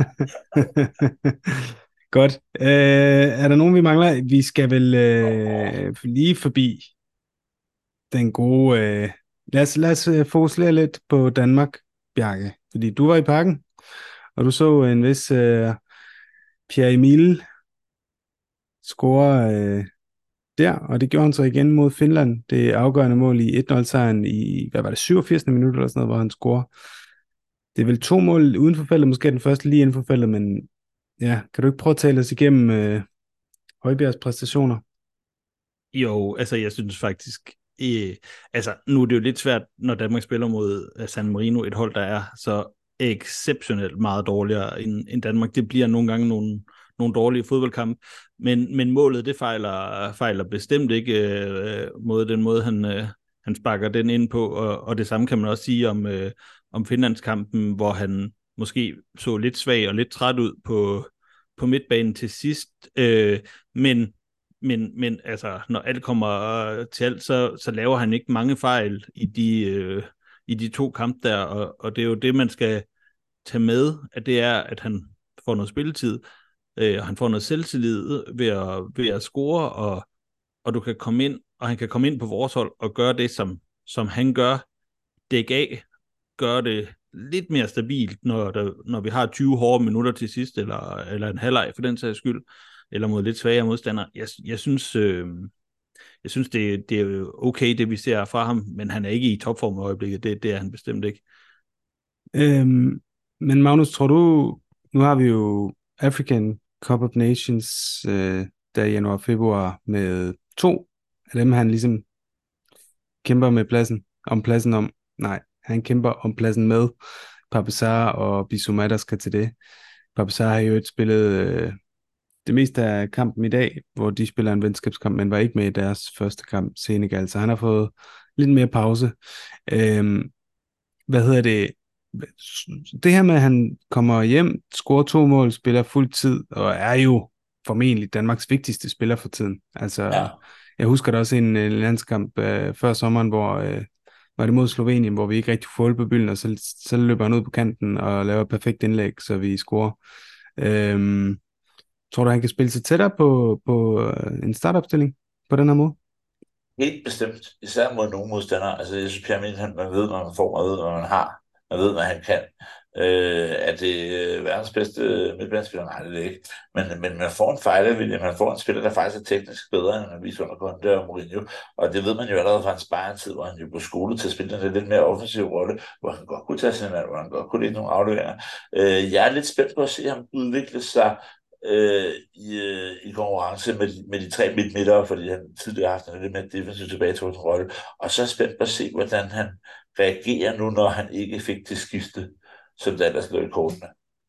Godt. Øh, er der nogen, vi mangler? Vi skal vel øh, lige forbi den gode... Øh... Lad os, lad os øh, fokusere lidt på Danmark, Bjarke. Fordi du var i Parken, og du så en vis øh, Pierre-Emile score øh, der, og det gjorde han så igen mod Finland. Det afgørende mål i et nul-sejren i, hvad var det, syvogfirs minutter eller sådan noget, hvor han scorer. Det er vel to mål uden for feltet, måske den første lige inden for feltet, men ja, kan du ikke prøve at tale os igennem øh, Højbjergs præstationer? Jo, altså jeg synes faktisk, øh, altså nu er det jo lidt svært, når Danmark spiller mod San Marino, et hold, der er så exceptionelt meget dårligere end, end Danmark. Det bliver nogle gange nogle, nogle dårlige fodboldkampe, men, men målet, det fejler, fejler bestemt ikke øh, mod den måde, han, øh, han sparker den ind på, og, og det samme kan man også sige om, øh, om Finlandskampen, hvor han måske så lidt svag og lidt træt ud på, på midtbanen til sidst, øh, men Men, men altså, når alt kommer til alt, så, så laver han ikke mange fejl i de, øh, i de to kampe der, og, og det er jo det, man skal tage med, at det er, at han får noget spilletid, øh, og han får noget selvtillid ved at, ved at score, og, og du kan komme ind, og han kan komme ind på vores hold og gøre det, som, som han gør, dække af, gøre det lidt mere stabilt, når, der, når vi har tyve hårde minutter til sidst, eller, eller en halvleg for den sags skyld, eller mod lidt svagere modstandere. Jeg, jeg synes, øh, jeg synes det, det er okay, det vi ser fra ham, men han er ikke i topform i øjeblikket. Det, det er han bestemt ikke. Øhm, men Magnus, tror du, nu har vi jo African Cup of Nations øh, der i januar og februar med to af dem, han ligesom kæmper med pladsen, om pladsen om, nej, han kæmper om pladsen med Pape Sarr og Bissouma, der skal til det. Pape Sarr har jo ikke spillet øh, det meste af kampen i dag, hvor de spiller en venskabskamp, men var ikke med i deres første kamp, Senegal, så han har fået lidt mere pause. Øhm, hvad hedder det? Det her med, at han kommer hjem, scorer to mål, spiller fuld tid, og er jo formentlig Danmarks vigtigste spiller for tiden. Altså, ja. Jeg husker da også en, en landskamp øh, før sommeren, hvor øh, var det mod Slovenien, hvor vi ikke rigtig får på bylden, og så, så løber han ud på kanten og laver et perfekt indlæg, så vi scorer. Øhm, tror du, han kan spille sig tættere på, på øh, en startopstilling på den her måde? Helt bestemt. Især mod nogle modstandere. Altså, jeg synes, Pierre, han, man ved, hvad man får, man ved, hvad man har. Man ved, hvad han kan. Øh, er det øh, verdens bedste midtbanespiller? Nej, det er det ikke. Men, men man får en fejl, man får en spiller, der faktisk er teknisk bedre, end han viser under kun, det er Mourinho. Og det ved man jo allerede fra hans Bayern-tid, hvor han jo blev skolet til at spille den lidt mere offensiv rolle, hvor han godt kunne tage sin mand, hvor han godt kunne lægge nogle afleveringer. Øh, jeg er lidt spændt på at se ham udvikle sig øh, i, øh, i konkurrence med, med de tre midtmidtere, fordi han tidligere har haft en lidt mere defensiv tilbagetrådende rolle. Og så er jeg spændt på at se, hvordan han reagerer nu, når han ikke fik det skifte, som der ellers lå i kortene.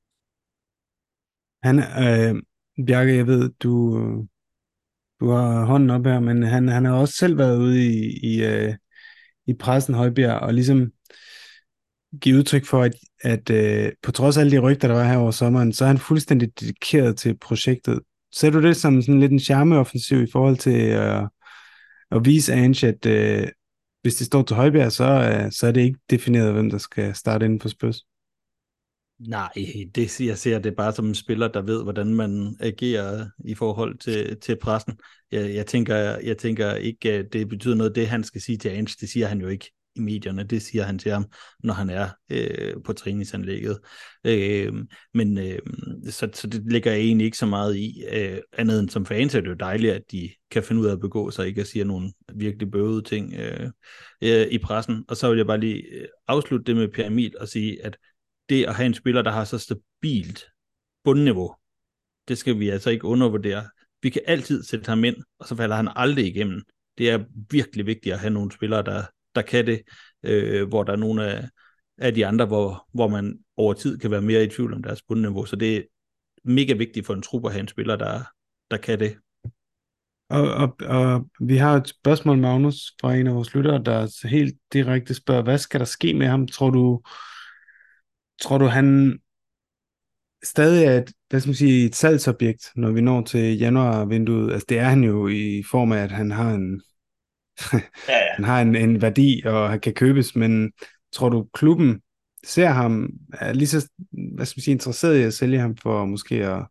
Han, øh, Bjarke, jeg ved, du, du har hånden op her, men han, han har også selv været ude i, i, øh, i pressen, Højbjerg, og ligesom give udtryk for, at, at øh, på trods af alle de rygter, der var her over sommeren, så er han fuldstændig dedikeret til projektet. ser du det som sådan lidt en charmeoffensiv i forhold til øh, at vise Ange, at øh, hvis det står til Højbjerg, så, øh, så er det ikke defineret, hvem der skal starte inden for Spurs? Nej, det jeg ser det bare som en spiller, der ved, hvordan man agerer i forhold til, til pressen. Jeg, jeg, tænker, jeg tænker ikke, at det betyder noget, det han skal sige til Ange, det siger han jo ikke i medierne, det siger han til ham, når han er øh, på træningsanlægget. Øh, men øh, så, så det ligger jeg egentlig ikke så meget i, øh, andet end som fans er det jo dejligt, at de kan finde ud af at begå sig, ikke at sige nogle virkelig bøvede ting øh, øh, i pressen. Og så vil jeg bare lige afslutte det med Per Emil og sige, at det at have en spiller, der har så stabilt bundniveau, det skal vi altså ikke undervurdere. Vi kan altid sætte ham ind, og så falder han aldrig igennem. Det er virkelig vigtigt at have nogle spillere, der, der kan det, øh, hvor der er nogle af, af de andre, hvor, hvor man over tid kan være mere i tvivl om deres bundniveau. Så det er mega vigtigt for en trup at have en spiller, der, der kan det. Og, og, og vi har et spørgsmål, Magnus, fra en af vores lyttere, der helt direkte spørger, hvad skal der ske med ham? Tror du, tror du han stadig er et, hvad skal man sige, et salgsobjekt, når vi når til januarvinduet? Altså det er han jo i form af, at han har en, Ja, ja. han har en, en værdi, og han kan købes, men tror du, klubben ser ham, er lige så, hvad skal man sige, interesseret i at sælge ham for måske at,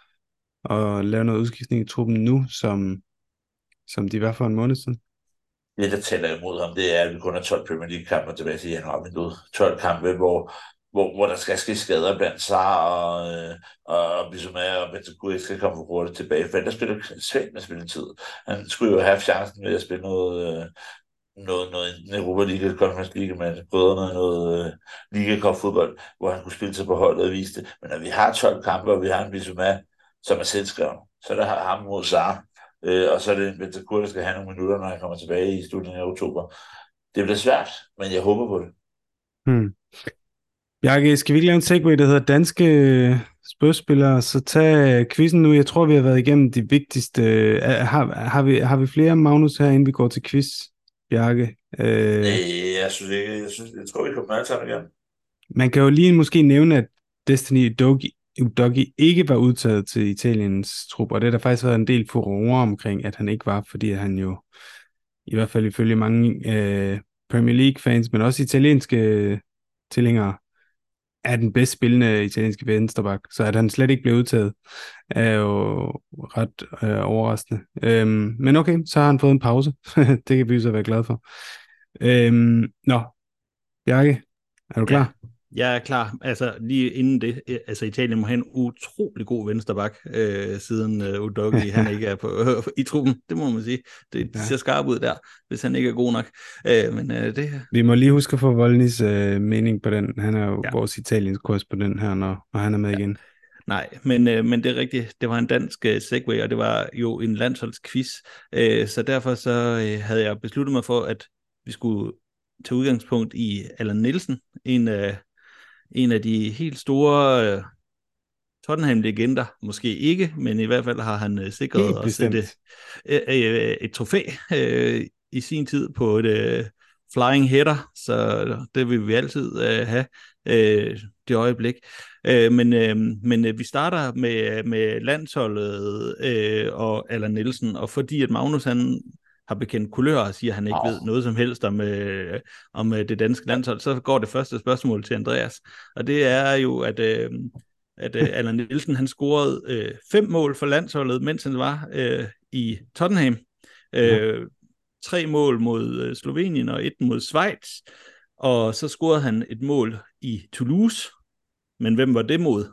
at lave noget udskiftning i truppen nu, som, som de var for en måned siden? Det, der taler imod ham, det er, at vi kun har tolv Premier League-kampe tilbage til januarvinduet. tolv kampe, hvor, hvor, hvor der skal ske skader blandt Sar og, øh, og Bissouma og Bentancur ikke skal komme for hurtigt tilbage. For der spiller svært med spilletid. Han skulle jo have chancen ved at spille noget, øh, noget, noget Europa League, Conference League med brødrene, noget øh, Liga Cup fodbold, hvor han kunne spille sig på holdet og vise det. Men når vi har tolv kampe, og vi har en Bissouma, som er selvskrevet, så der har ham mod Sar. Øh, og så er det en Bentancur, der skal have nogle minutter, når han kommer tilbage i slutningen af oktober. Det bliver svært, men jeg håber på det. Hmm. Bjarke, skal vi ikke lave en segway, der hedder danske spørgspillere, så tag quizzen nu. Jeg tror, vi har været igennem de vigtigste. Har, har, vi, har vi flere, Magnus, her, inden vi går til quiz, Bjarke? Øh, Nej, jeg synes ikke. Jeg, synes, jeg tror, vi kommer alle sammen igen. Man kan jo lige måske nævne, at Destiny Udogie, Udogie ikke var udtaget til Italiens trup, og det har der faktisk været en del furore omkring, at han ikke var, fordi han jo, i hvert fald ifølge mange øh, Premier League-fans, men også italienske tilhængere, er den bedst spillende italienske venstreback, så at han slet ikke blev udtaget, er jo ret øh, overraskende. Øhm, men okay, så har han fået en pause. Det kan vi så være glade for. Øhm, nå, Bjarke, er du klar? Ja, jeg er klar. Altså lige inden det, altså Italien må have en utrolig god vensterbak, øh, siden øh, Udogie, han ikke er på, øh, i truppen, det må man sige. Det Ja. ser skarpt ud der, hvis han ikke er god nok. Øh, men øh, det... Vi må lige huske at få Voldnis øh, mening på den. Han er jo Ja. vores italiensk kurs på den her, når, når han er med Ja. igen. Nej, men, øh, men det er rigtigt. Det var en dansk øh, segway, og det var jo en landsholdsquiz. Øh, så derfor så øh, havde jeg besluttet mig for, at vi skulle tage udgangspunkt i Allan Nielsen, en af, en af de helt store øh, Tottenham-legender. Måske ikke, men i hvert fald har han øh, sikret Helt os bestemt. et, øh, øh, et trofæ øh, i sin tid på et øh, flying header, så det vil vi altid øh, have øh, det øjeblik. Øh, men øh, men øh, vi starter med, med landsholdet øh, og Allan Nielsen, og fordi at Magnus han har bekendt kulør og siger, at han ikke Oh. ved noget som helst om, øh, om øh, det danske landshold, så går det første spørgsmål til Andreas, og det er jo, at, øh, at øh, Allan Nielsen han scorede øh, fem mål for landsholdet, mens han var øh, i Tottenham. Øh, ja. Tre mål mod øh, Slovenien og et mod Schweiz, og så scorede han et mål i Toulouse. Men hvem var det mod?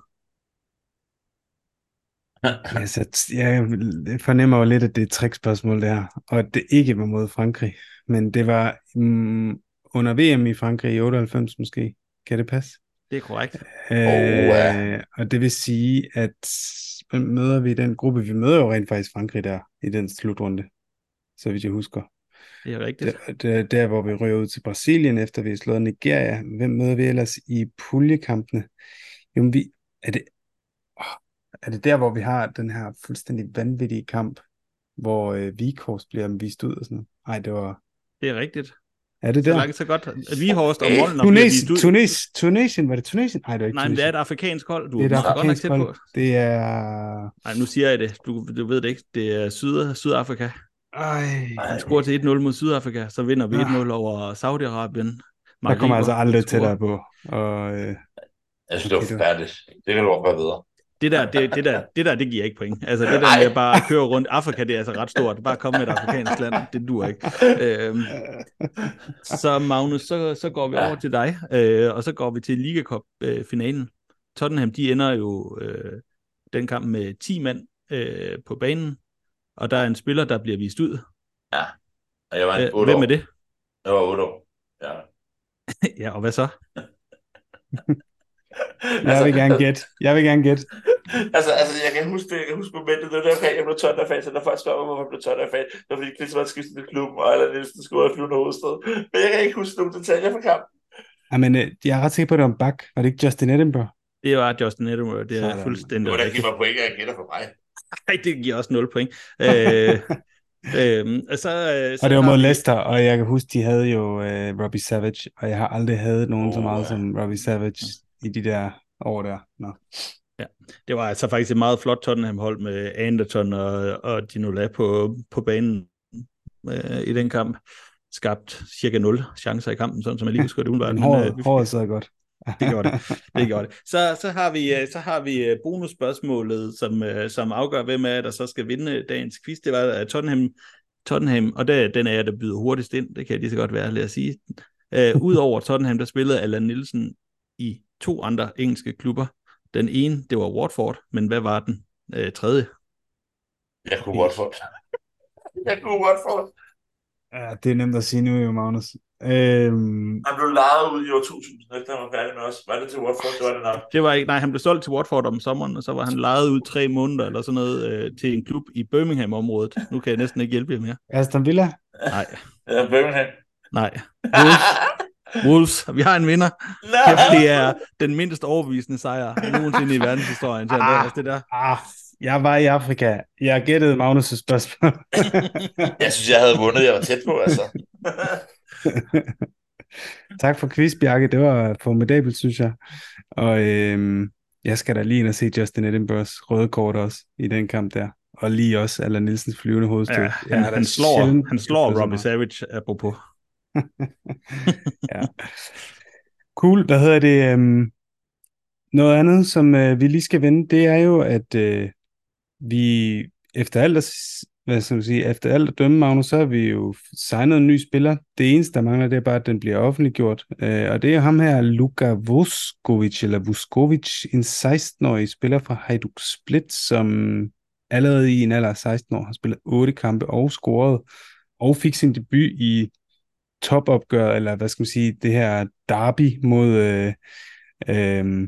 Ja, så jeg fornemmer jo lidt, at det er et trickspørgsmål der, og at det ikke var mod Frankrig. Men det var um, under V M i Frankrig i otteoghalvfems måske. Kan det passe? Det er korrekt. Øh, Oh, ja. Og det vil sige, at hvem møder vi i den gruppe? Vi møder jo rent faktisk Frankrig der i den slutrunde, så vidt jeg husker. Det er rigtigt. Der, der, der hvor vi rører ud til Brasilien, efter vi har slået Nigeria. Hvem møder vi ellers i puljekampene? Jamen, vi, er det, åh, er det der, hvor vi har den her fuldstændig vanvittige kamp, hvor øh, Vikhorst bliver vist ud og sådan noget? Nej, det var... Det er rigtigt. Er det Så der? langt, så godt. Viehorst og Okay. Molnar bliver vist Tunesien, ud. Tunis, Tunesien, var det Tunesien? Nej, det var ikke Nej, men det er Tunesien. et afrikansk hold. Du Det er et er godt nok afrikansk tæt på. hold. Det er... Nej, nu siger jeg det. Du, du ved det ikke. Det er Syd, Sydafrika. Ej, Han scorer til et nul mod Sydafrika, så vinder vi Ja. et nul over Saudi-Arabien. der kommer altså aldrig scorer. tættere på. Og, øh, Jeg synes, Okay, det det var var- færdigt. Det kan du også være videre. Det der, det, det, der, det der, det giver ikke point. Altså det der med at bare køre rundt. Afrika, det er altså ret stort. Bare komme med et afrikansk land, det duer ikke. Øhm, så Magnus, så, så går vi over til dig, øh, og så går vi til Liga Cup-finalen. Tottenham, de ender jo øh, den kamp med ti mand øh, på banen, og der er en spiller, der bliver vist ud. Ja. Og jeg var en Øh, otte hvem år. er det? Jeg var otte år. Ja. Ja, og hvad så? jeg vil gerne gætte. Jeg vil gerne gætte. altså, altså, jeg kan huske det, jeg kan huske momentet, det var der, jeg blev Tottenham-fan, så der folk spørger mig, hvorfor jeg blev Tottenham-fan, det var fordi Klinsmann skiftede til klubben, og Allan Nielsen skulle have flyvende hovedstad. Men jeg kan ikke huske nogle detaljer fra kampen. Jamen, øh, jeg er ret sikker på, at det var en bak. Var det ikke Justin Edinburgh? Det var Justin Edinburgh, det er Sådan. fuldstændig Det var da rigtigt. give mig point, jeg gætter for mig. Nej, det giver også nul point. Øh, øh, og så, øh, så Og det var har mod vi- Leicester, og jeg kan huske, de havde jo øh, Robbie Savage, og jeg har aldrig havde nogen oh, så Åh, meget ja. som Robbie Savage i de der år der. Nå. Det var altså faktisk et meget flot Tottenham-hold med Anderton og, og Ginola på, på banen øh, i den kamp. Skabt cirka nul chancer i kampen, sådan som jeg lige husker det umiddelbart. Men Men, håret, øh, vi- håret sad godt. det gjorde det. Det gjorde det. Så, så har vi, øh, så har vi øh, bonusspørgsmålet, som, øh, som afgør, hvem er der så skal vinde dagens quiz. Det var at Tottenham, Tottenham, og der, den er jeg, der byder hurtigst ind. Det kan jeg lige så godt være, lad os sige. Øh, Udover Tottenham, der spillede Allan Nielsen i to andre engelske klubber. Den ene, det var Watford, men hvad var den øh, tredje? Jeg kunne godt få Jeg kunne godt få Ja, det er nemt at sige nu, jo, Magnus. Øhm, Han blev lejet ud i år to tusind, efter han var færdig med os. Var det til Watford? Det var det nok. Det var ikke, nej, han blev solgt til Watford om sommeren, og så var han lejet ud tre måneder eller sådan noget øh, til en klub i Birmingham-området. Nu kan jeg næsten ikke hjælpe jer mere. Aston Villa? Nej, Ja, Birmingham. nej. Wolves. Wolves. Vi har en vinder. Nej. Det er den mindst overbevisende sejr nogensinde i verdenshistorien til Andreas, det der. Ah, jeg var i Afrika. Jeg gættede Magnus' spørgsmål. Jeg synes, jeg havde vundet. Jeg var tæt på, altså. Tak for quiz, Bjarke. Det var formidabelt, synes jeg. Og øhm, jeg skal da lige ind og se Justin Edinburghs røde kort også i den kamp der. Og lige også Allan Nielsens flyvende hovedstød. Ja, Jeg han, har da han slår, sjældent han slår hørt så Robbie meget. Savage, apropos. Ja. Cool. Hvad hedder det? Øhm, noget andet, som øh, vi lige skal vende, det er jo, at øh, vi efter alt at, s- hvad skal man sige, efter alt at dømme, Magnus, så har vi jo signet en ny spiller. Det eneste, der mangler, det er bare, at den bliver offentliggjort. Øh, og det er ham her, Luka Vuskovic, eller Vuskovic, en seksten-årig spiller fra Hajduk Split, som allerede i en alder af seksten år har spillet otte kampe og scoret, og fik sin debut i topopgør, eller hvad skal man sige, det her derby mod øh, øh,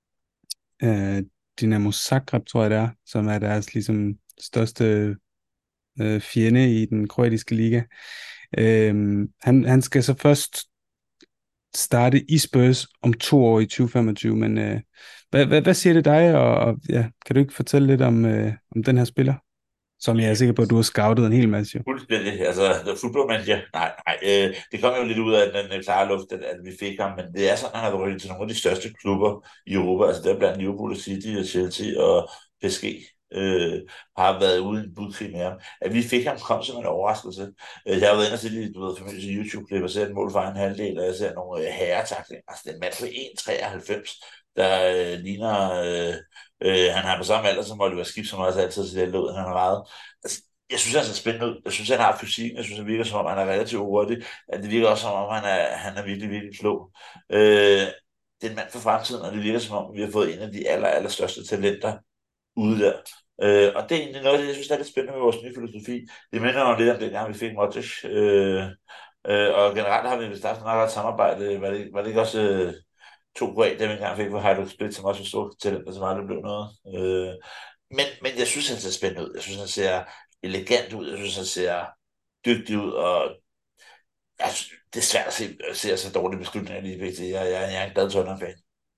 øh, Dinamo Zagreb, tror jeg det er, som er deres ligesom største øh, fjende i den kroatiske liga. Øh, han, han skal så først starte i Spurs om to år i tyve femogtyve, men øh, hvad, hvad, hvad siger det dig, og, og ja, kan du ikke fortælle lidt om, øh, om den her spiller, som jeg er sikker på, at du har scoutet en hel masse jo. Fuldstændig. Altså, the football manager. Nej, nej. Øh, det kom jo lidt ud af den, den klare luft, at, at vi fik ham, men det er sådan, at han har været til nogle af de største klubber i Europa. Altså, der blandt Liverpool City og Chelsea og P S G øh, har været ude i en budkrig med ham. At vi fik ham kom som en overraskelse. Øh, jeg har været inde og se lidt, du ved, familie YouTube-klip og ser et mål fra en halvdel, og jeg ser nogle øh, herretaklinger. Altså, det er en mand på en komma treoghalvfems, der øh, ligner... Øh, øh, han har på samme alder som Oliver Skip, som også altid ser lidt ud, han har meget. Altså, jeg synes, han ser spændende ud. Jeg synes, han har fysik. Jeg synes, han virker som om, han er relativt hurtig. At det virker også som om, han er, han er virkelig, virkelig klog. Øh, det er en mand for fremtiden, og det virker som om, vi har fået en af de aller, aller største talenter ude der. Øh, og det er egentlig noget, jeg synes, der er lidt spændende med vores nye filosofi. Det minder jo lidt om dengang, vi fik Modric. Øh, øh, og generelt har vi vist haft meget godt samarbejde. Var det, var det ikke også øh, to kroater, vi engang fik på Hajduk Split, som også var store talenter, som aldrig blev noget. Øh, men, men jeg synes, han ser spændende ud. Jeg synes, han ser elegant ud. Jeg synes, han ser dygtig ud, og jeg synes, det er svært at se, at se så dårlige beslutninger lige pt. Jeg, jeg, jeg er en glad Tottenham-fan.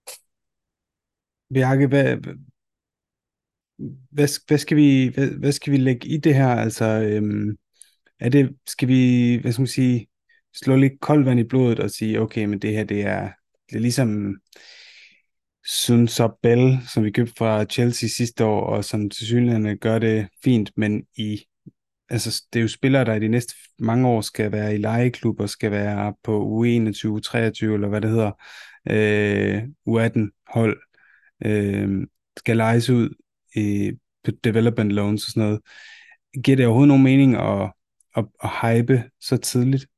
Bjarke, hvad, hvad, hvad, skal vi, hvad, hvad skal vi lægge i det her? Altså, øhm, er det, skal vi, hvad skal man sige, slå lidt koldt vand i blodet og sige, okay, men det her, det er, det er ligesom Sun Bell, som vi købte fra Chelsea sidste år, og som tilsyneladende gør det fint, men i, altså, det er jo spillere, der i de næste mange år skal være i lejeklubber, skal være på U enogtyve, U treogtyve, eller hvad det hedder, øh, U atten hold, øh, skal lejes ud i på development loans og sådan noget. Giver det overhovedet nogen mening at, at, at hype så tidligt?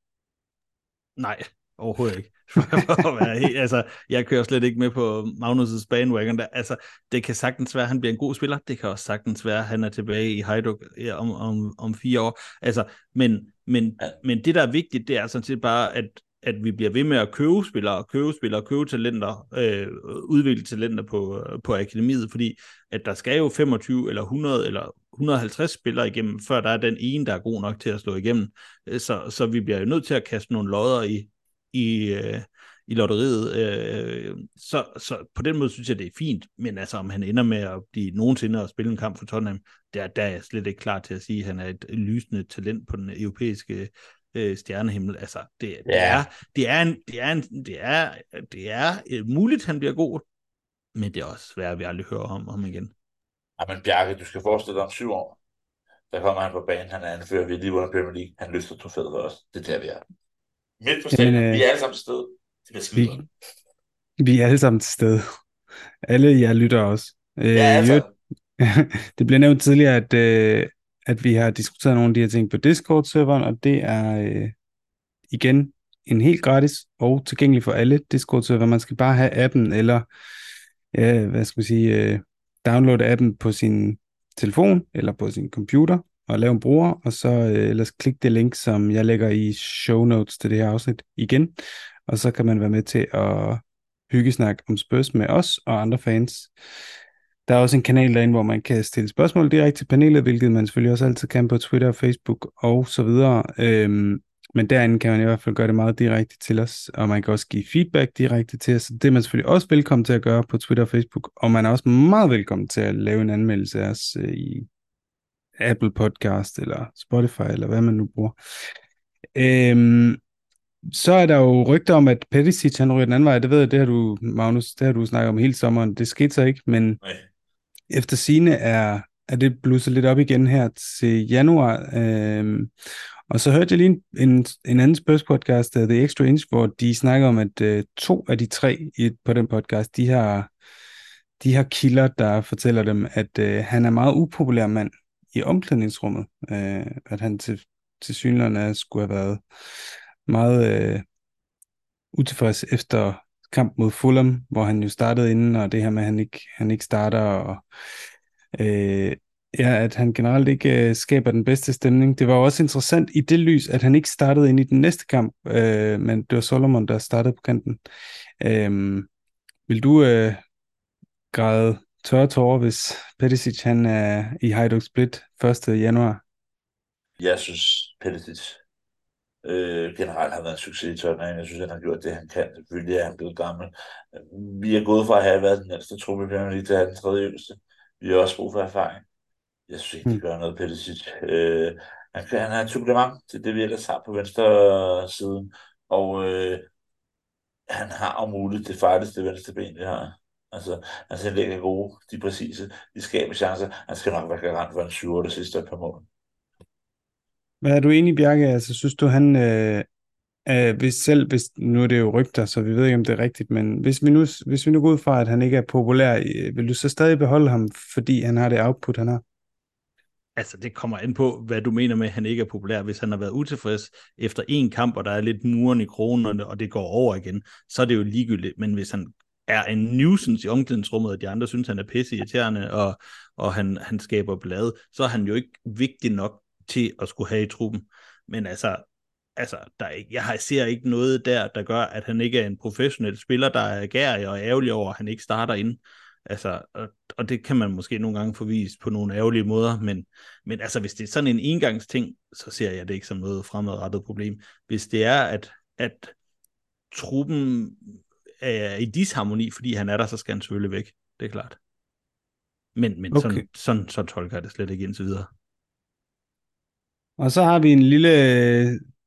Nej, overhovedet ikke. For at være helt, altså, jeg kører slet ikke med på Magnus' bandwagon der. Altså, det kan sagtens være, at han bliver en god spiller. Det kan også sagtens være, at han er tilbage i Hajduk om, om, om fire år. Altså, men, men, men det, der er vigtigt, det er sådan set bare, at, at vi bliver ved med at købe spillere, købe spillere, købe talenter, øh, udvikle talenter på, på akademiet, fordi at der skal jo femogtyve eller hundrede eller et hundrede og halvtreds spillere igennem, før der er den ene, der er god nok til at slå igennem. Så, så vi bliver jo nødt til at kaste nogle lodder i, i, øh, i lotteriet. Øh, så, så på den måde synes jeg, det er fint, men altså om han ender med at blive nogensinde at spille en kamp for Tottenham, der, der er jeg slet ikke klar til at sige, at han er et lysende talent på den europæiske øh, stjernehimmel. Altså, det, det, Ja. er, det, er en, det, er en, det, er, det er øh, muligt, han bliver god, men det er også svært, at vi aldrig hører om ham igen. Ja, men Bjarke, du skal forestille dig om syv år. Der kommer han på banen, han er anfører, vi er lige under Premier League, han løfter trofæet for os. Det er der, vi er. Midt på stadion, Jamen, øh, vi er alle sammen til stede. Det bliver skide vi, godt. vi er alle sammen til stede. Alle jer lytter også. Øh, Ja, altså. jo, det blev nævnt tidligere, at, øh, at vi har diskuteret nogle af de her ting på Discord-serveren, og det er øh, igen en helt gratis og tilgængelig for alle Discord-server. Man skal bare have appen, eller ja, hvad skal man sige, øh, downloade appen på sin telefon eller på sin computer og lave en bruger, og så øh, ellers klik det link, som jeg lægger i show notes til det her afsnit igen, og så kan man være med til at hyggesnakke om Spurs med os og andre fans. Der er også en kanal derinde, hvor man kan stille spørgsmål direkte til panelet, hvilket man selvfølgelig også altid kan på Twitter, Facebook og så videre. Øhm, men derinde kan man i hvert fald gøre det meget direkte til os, og man kan også give feedback direkte til os. Det er man selvfølgelig også velkommen til at gøre på Twitter og Facebook, og man er også meget velkommen til at lave en anmeldelse af os øh, i Apple Podcast eller Spotify, eller hvad man nu bruger. Øhm, så er der jo rygter om, at Perisic han ryger den anden vej. Det ved jeg, det har du, Magnus, det har du snakket om hele sommeren. Det skete så ikke, men Nej. efter sigende er, er det blusset lidt op igen her til januar. Øhm, og så hørte jeg lige en, en, en anden Spurs-podcast, uh, The Extra Inch, hvor de snakker om, at uh, to af de tre i, på den podcast, de har, de har kilder, der fortæller dem, at uh, han er meget upopulær mand i omklædningsrummet. Uh, at han til, til synligheden skulle have været meget uh, utilfreds efter kamp mod Fulham, hvor han jo startede inden, og det her med, at han ikke, han ikke starter, og øh, ja, at han generelt ikke øh, skaber den bedste stemning. Det var også interessant i det lys, at han ikke startede ind i den næste kamp, øh, men det var Solomon, der startede på kanten. Øh, vil du øh, græde tørre tårer, hvis Perisic han er i Hajduk Split første januar? Jeg synes, Perisic øh, generelt har været en succes i Tottenham. Jeg synes, han har gjort det, han kan. Selvfølgelig er han blevet gammel. Vi er gået fra at have været den ældste truppe i Premier League til at have den tredje yngste. Vi har også brug for erfaring. Jeg synes ikke, de gør noget, Perisic. Øh, han, kan, han har et supplement til det, vi ellers har på venstre siden. Og øh, han har om muligt det farligste venstre ben, vi har. Altså, hans indlæg er gode, de er præcise, de skaber chancer. Han skal nok være garant for en syv otte sidste par mål. Hvad er du enig, Bjarke? Altså, synes du, han... Øh, øh, hvis selv, hvis, nu er det jo rygter, så vi ved ikke, om det er rigtigt, men hvis vi nu, hvis vi nu går ud fra, at han ikke er populær, øh, vil du så stadig beholde ham, fordi han har det output, han har? Altså, det kommer an på, hvad du mener med, at han ikke er populær. Hvis han har været utilfreds efter en kamp, og der er lidt muren i kronen, og det går over igen, så er det jo ligegyldigt. Men hvis han er en nuisance i omklædningsrummet, og de andre synes, han er pisse irriterende, og, og han, han skaber blade, så er han jo ikke vigtig nok til at skulle have i truppen. Men altså, altså der er ikke, jeg har, ser ikke noget der, der gør, at han ikke er en professionel spiller, der er gærig og ærgerlig over, at han ikke starter ind. Altså, og, og det kan man måske nogle gange få vist på nogle ærgerlige måder, men, men altså, hvis det er sådan en engangsting, så ser jeg det ikke som noget fremadrettet problem. Hvis det er, at, at truppen er i disharmoni, fordi han er der, så skal han selvfølgelig væk. Det er klart. Men, men okay. sådan, sådan, så tolker jeg det slet ikke indtil videre. Og så har vi en lille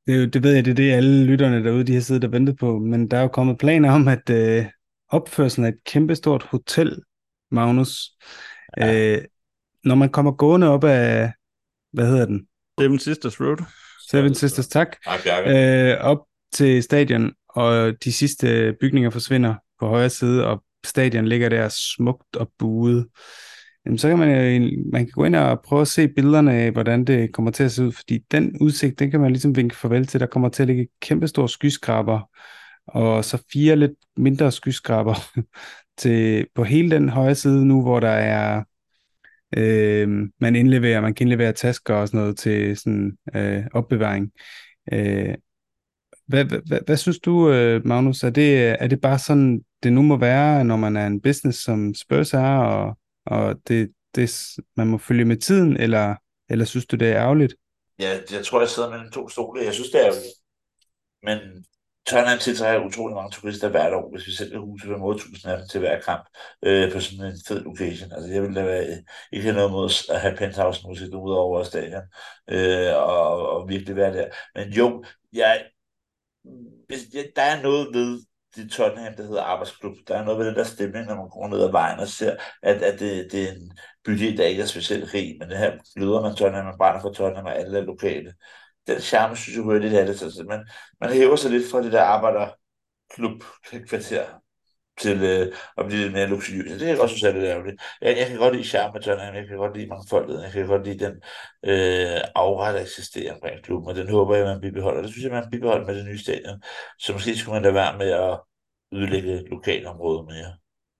Det, er jo- det ved jeg, det er det, alle lytterne derude, de har siddet og ventet på, men der er jo kommet planer om, at øh, opførelsen af et kæmpestort hotel, Magnus, Ja, øh, når man kommer gående op af, hvad hedder den? Seven Sisters Road. Seven Sisters, tak. nej, Bjarke. Øh, op til stadion, og de sidste bygninger forsvinder på højre side, og stadion ligger der smukt og buet. Jamen, så kan man jo, man kan gå ind og prøve at se billederne af, hvordan det kommer til at se ud, fordi den udsigt, den kan man ligesom vinke farvel til. Der kommer til at ligge kæmpestore skyskraber, og så fire lidt mindre skyskraber til, på hele den højre side nu, hvor der er Øh, man indleverer, man kan indlevere tasker og sådan noget til sådan øh, opbevaring. Øh, hvad, hvad, hvad, hvad synes du, øh, Magnus? Er det, er det bare sådan, det nu må være, når man er en business, som Spurs er, og, og det, det, man må følge med tiden, eller, eller synes du, det er ærgerligt? Ja, jeg tror, jeg sidder mellem to stole. Jeg synes, det er jo. Men Tottenham tiltrækker utrolig mange turister hvert år, hvis vi sælger huse for otte tusind af dem til hver kamp øh, på sådan en fed location. Altså, jeg vil da være, ikke have noget mod at have penthouse-musik ud over stadion øh, og, og virkelig være der. Men jo, jeg, hvis, jeg, der er noget ved det Tottenham, der hedder arbejdsklub. Der er noget ved den der stemning, når man går ned ad vejen og ser, at, at det, det er en bydel, der ikke er specielt rig, men det her lyder man Tottenham, man brænder for Tottenham, og alle er lokale. Den charme, synes jeg, hører lidt af det. Så man, man hæver sig lidt fra det der arbejderklub-kvarter til øh, at blive lidt mere luksuriøs. Det kan jeg godt synes er lidt ærgerligt. Jeg, jeg kan godt lide charme med Tottenham, jeg kan godt lide mangfoldet, jeg kan godt lide den øh, aura, der eksisterer omkring klubben, og den håber jeg, man bibeholder. Det synes jeg, man bibeholder med det nye stadion. Så måske skulle man da være med at ødelægge lokalområdet mere.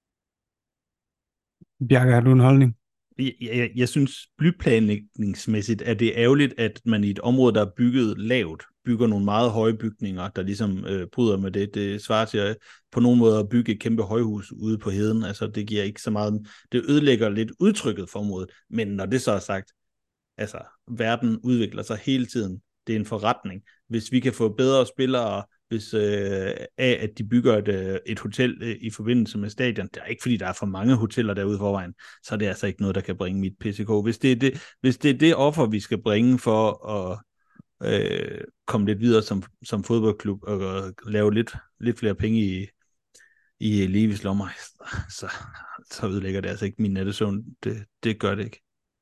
Bjarke, har du en holdning? Jeg, jeg, jeg synes, byplanlægningsmæssigt er det ærgerligt, at man i et område, der er bygget lavt, bygger nogle meget høje bygninger, der ligesom øh, bryder med det. Det svarer til at på nogen måde at bygge et kæmpe højhus ude på heden. Altså, det giver ikke så meget. Det ødelægger lidt udtrykket for området. Men når det så er sagt, altså, verden udvikler sig hele tiden. Det er en forretning. Hvis vi kan få bedre spillere, hvis øh, af, at de bygger et, øh, et hotel øh, i forbindelse med stadion, det er ikke fordi, der er for mange hoteller derude forvejen, så er det altså ikke noget, der kan bringe mit P C K. Hvis det er det, hvis det, er det offer, vi skal bringe for at øh, komme lidt videre som, som fodboldklub, og, og lave lidt, lidt flere penge i, i Levis lommer, så, så ødelægger det altså ikke min nattesøvn. Det, det gør det ikke.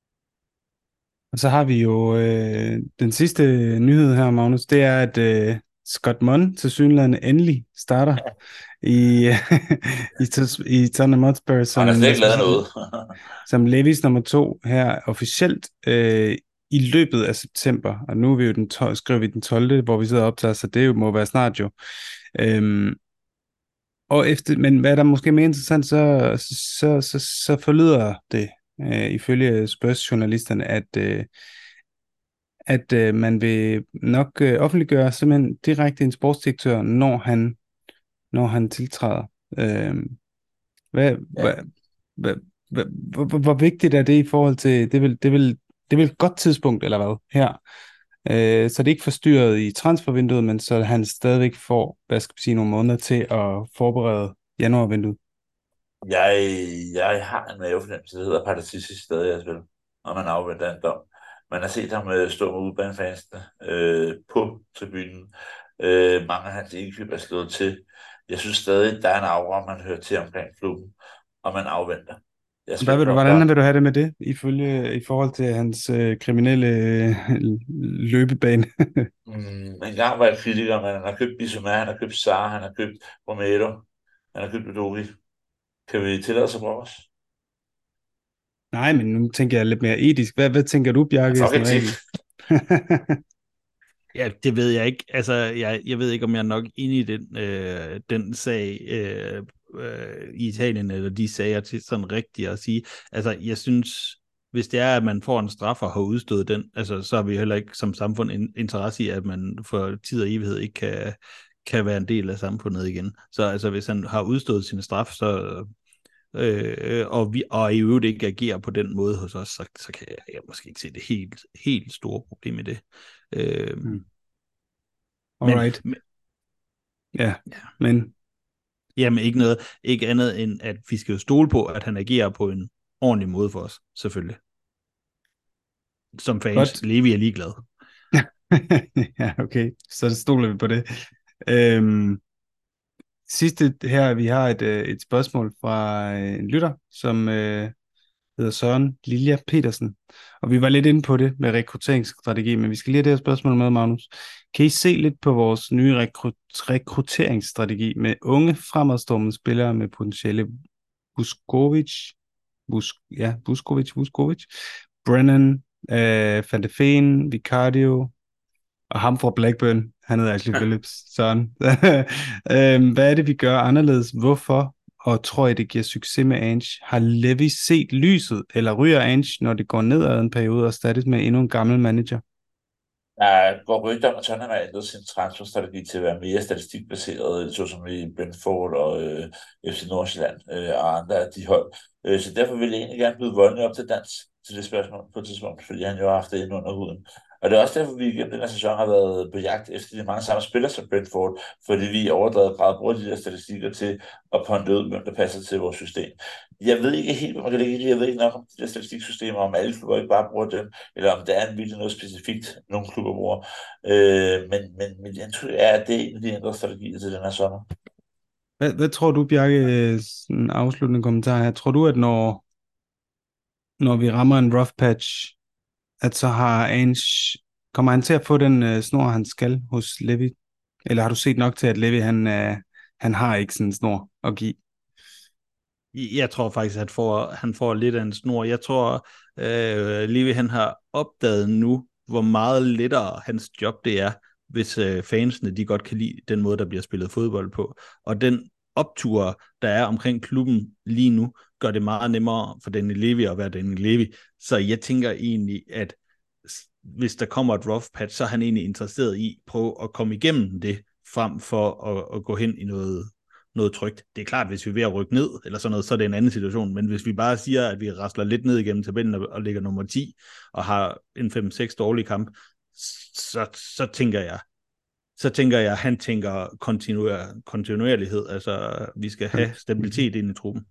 Og så har vi jo øh, den sidste nyhed her, Magnus, det er, at øh, Scott Munn til synligheden endelig starter i, i, i Tottenham Hotspur som, Han har slet ikke lavet noget. som Levis nummer to her officielt øh, i løbet af september. Og nu er vi jo den tolvte, skriver vi den tolvte, hvor vi sidder og optager, så det jo må være snart jo. Øhm, og efter, men hvad er der måske mere interessant, så, så, så, så forlyder det, øh, ifølge Spurs-journalisterne, at, øh, at øh, man vil nok øh, offentliggøre simpelthen direkte en sportsdirektør, når han, når han tiltræder. Øh, hvad, Ja. hvad, hvad, hvad, hvor, hvor, hvor vigtigt er det i forhold til, det vil, det vil, det vil et godt tidspunkt, eller hvad, her? Øh, så det er ikke forstyrret i transfervinduet, men så han stadigvæk får, hvad skal vi sige, nogle måneder til at forberede januarvinduet. Jeg, jeg har en mavefornemmelse, der hedder Paraticis stadig at spille, når man afventer en dom. Man har set ham øh, stå med udbanefansene øh, på tribunen. Øh, mange af hans indkøb er slået til. Jeg synes stadig, der er en aura, man hører til omkring klubben, og man afventer. Jeg Hvad vil du, på, hvordan vil du have det med det, ifølge, i forhold til hans øh, kriminelle øh, løbebane? mm, en gang var jeg kritiker, men han har købt Bissouma, han har købt Sara, han har købt Romero, han har købt Udogi. Kan vi tillade os at prøve os? Nej, men nu tænker jeg lidt mere etisk. Hvad, hvad tænker du, Bjarke? Fuck sådan etik. rent? Ja, det ved jeg ikke. Altså, jeg, jeg ved ikke, om jeg er nok inde i den, øh, den sag øh, øh, i Italien, eller de sager til sådan rigtigt at sige. Altså, jeg synes, hvis det er, at man får en straf og har udstået den, altså, så har vi heller ikke som samfund en interesse i, at man for tid og evighed ikke kan, kan være en del af samfundet igen. Så altså, hvis han har udstået sin straf, så... Øh, og, vi, og i øvrigt ikke agerer på den måde hos os, så, så kan jeg, jeg måske ikke se det helt, helt store problem i det. Øh, Mm. Men, Alright. men, Ja, ja. men Jamen ikke noget, ikke andet end, at vi skal jo stole på, at han agerer på en ordentlig måde for os, selvfølgelig. Som fans, Godt. Levi er ligeglad. Ja, okay. Så stoler vi på det. Øhm, sidste her, vi har et, øh, et spørgsmål fra øh, en lytter, som øh, hedder Søren Lilja Petersen. Og vi var lidt inde på det med rekrutteringsstrategi, men vi skal lige have det her spørgsmål med, Magnus. Kan I se lidt på vores nye rekrut- rekrutteringsstrategi med unge fremadstormende spillere med potentielle Vuskovic, Bus, ja, Vuskovic, Vuskovic, Brennan, øh, Van de Ven, Vicario, og ham fra Blackburn, han hedder Ashley Phillips, Søren. øhm, hvad er det, vi gør anderledes? Hvorfor? Og tror I, det giver succes med Ange? Har Levy set lyset, eller ryger Ange, når det går nedad en periode, og erstattes med endnu en gammel manager? Der går rygter om, at Tottenham har ændret sin transferstrategi til at være mere statistikbaseret, såsom i Brentford og øh, F C Nordsjælland øh, og andre af de hold. Øh, så derfor vil jeg egentlig gerne byde Volny op til dans til det spørgsmål på et tidspunkt, fordi han jo har haft det inde under huden. Og det er også derfor, vi igennem den her sæson har været på jagt efter de mange samme spillere som Brentford, fordi vi i overdrevet grad bruger de der statistikker til at ponde ud, hvem der passer til vores system. Jeg ved ikke helt, hvad man kan lægge i det. Jeg ved ikke nok om de der statistiksystemer, om alle klubber ikke bare bruger dem, eller om der er en virkelig noget specifikt, nogle klubber bruger. Øh, men, men mit indtryk er, at det er en af de ændrede strategier til den her sommer. Hvad, hvad tror du, Bjarke, sådan en afsluttende kommentar her? Tror du, at når, når vi rammer en rough patch, at så har Ange, kommer han til at få den øh, snor, han skal hos Levy? Eller har du set nok til, at Levy, han, øh, han har ikke sådan en snor at give? Jeg tror faktisk, at han får, han får lidt af en snor. Jeg tror, øh, Levy han har opdaget nu, hvor meget lettere hans job det er, hvis øh, fansene de godt kan lide den måde, der bliver spillet fodbold på. Og den optur, der er omkring klubben lige nu, gør det meget nemmere for Daniel Levy at være Daniel Levy. Så jeg tænker egentlig, at hvis der kommer et rough patch, så er han egentlig interesseret i at prøve at komme igennem det, frem for at, at gå hen i noget noget trygt. Det er klart, hvis vi er ved at rykke ned, eller sådan noget, så er det en anden situation, men hvis vi bare siger, at vi rasler lidt ned igennem tabellen og, og ligger nummer ti, og har en fem seks dårlige kamp, så, så tænker jeg, så tænker jeg, han tænker kontinuer, kontinuerlighed, altså vi skal have stabilitet ind i truppen.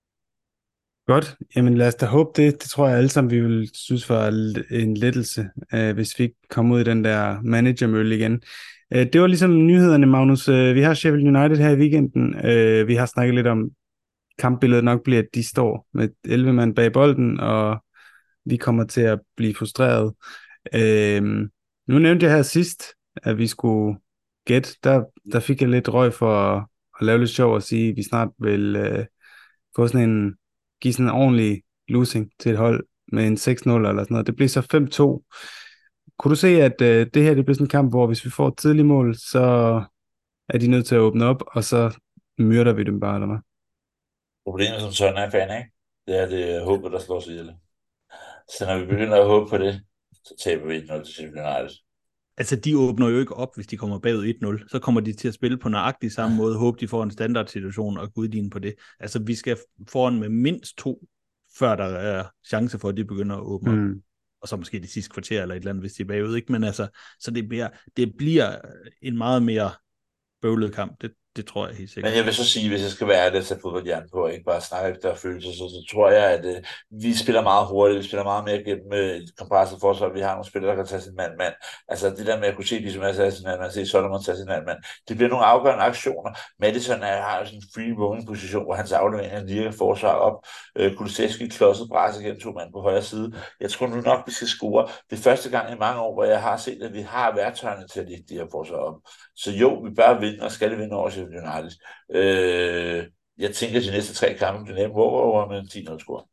Godt, jamen lad os da håbe det. Det tror jeg alle sammen, vi vil synes var en lettelse, øh, hvis vi kommer ud i den der managermølle igen. Øh, det var ligesom nyhederne, Magnus. Øh, vi har Sheffield United her i weekenden. Øh, vi har snakket lidt om, kampbilledet nok bliver, at de står med elleve mand bag bolden, og vi kommer til at blive frustreret. Øh, nu nævnte jeg her sidst, at vi skulle gætte. Der, der fik jeg lidt røg for at, at lave lidt sjov og sige, at vi snart vil øh, få sådan en give sådan en ordentlig losing til et hold med en seks nul eller sådan noget. Det blev så fem to. Kunne du se, at øh, det her det bliver sådan en kamp, hvor hvis vi får et tidligt mål, så er de nødt til at åbne op, og så myrder vi dem bare, eller hvad? Problemet som sådan er fan, ikke? Det er det håbet, der slår sig ihjel. Så når vi begynder at håbe på det, så taber vi et nul til Sheffield United. Altså, de åbner jo ikke op, hvis de kommer bagud et nul. Så kommer de til at spille på nøjagtig samme måde. Håbe, de får en standardsituation og guddine på det. Altså, vi skal foran med mindst to, før der er chance for, at de begynder at åbne op. Mm. Og så måske de sidste kvarter eller et eller andet, hvis de er bagud. Ikke? Men altså, så det bliver, det bliver en meget mere bøvlet kamp. Det, det tror jeg helt sikkert. Men jeg vil så sige, hvis jeg skal være ærlig at sætte fodboldhjernen på, og ikke bare snakke efter følelser, så, så tror jeg, at uh, vi spiller meget hurtigt, vi spiller meget mere gennem uh, et kompresset forsvar, vi har nogle spillere, der kan tage sin mand-mand. Altså det der med at kunne se, ligesom jeg sagde, sin mand-mand, se Solomon tage sin mand-mand. Det bliver nogle afgørende aktioner. Madison er, har jo sådan en free roaming position, hvor hans aflevering lige forsvar op. Uh, Kulusevski klodset bræs igen to mand på højre side. Jeg tror nu nok, vi skal score. Det er første gang i mange år, hvor jeg har set, at vi har værktøjerne til at lægge de her forsvar op. Så jo, vi bør vinde, og skal vinde over Sheffield United. Øh, jeg tænker, at de næste tre kampe bliver nemt over med en ti nul score.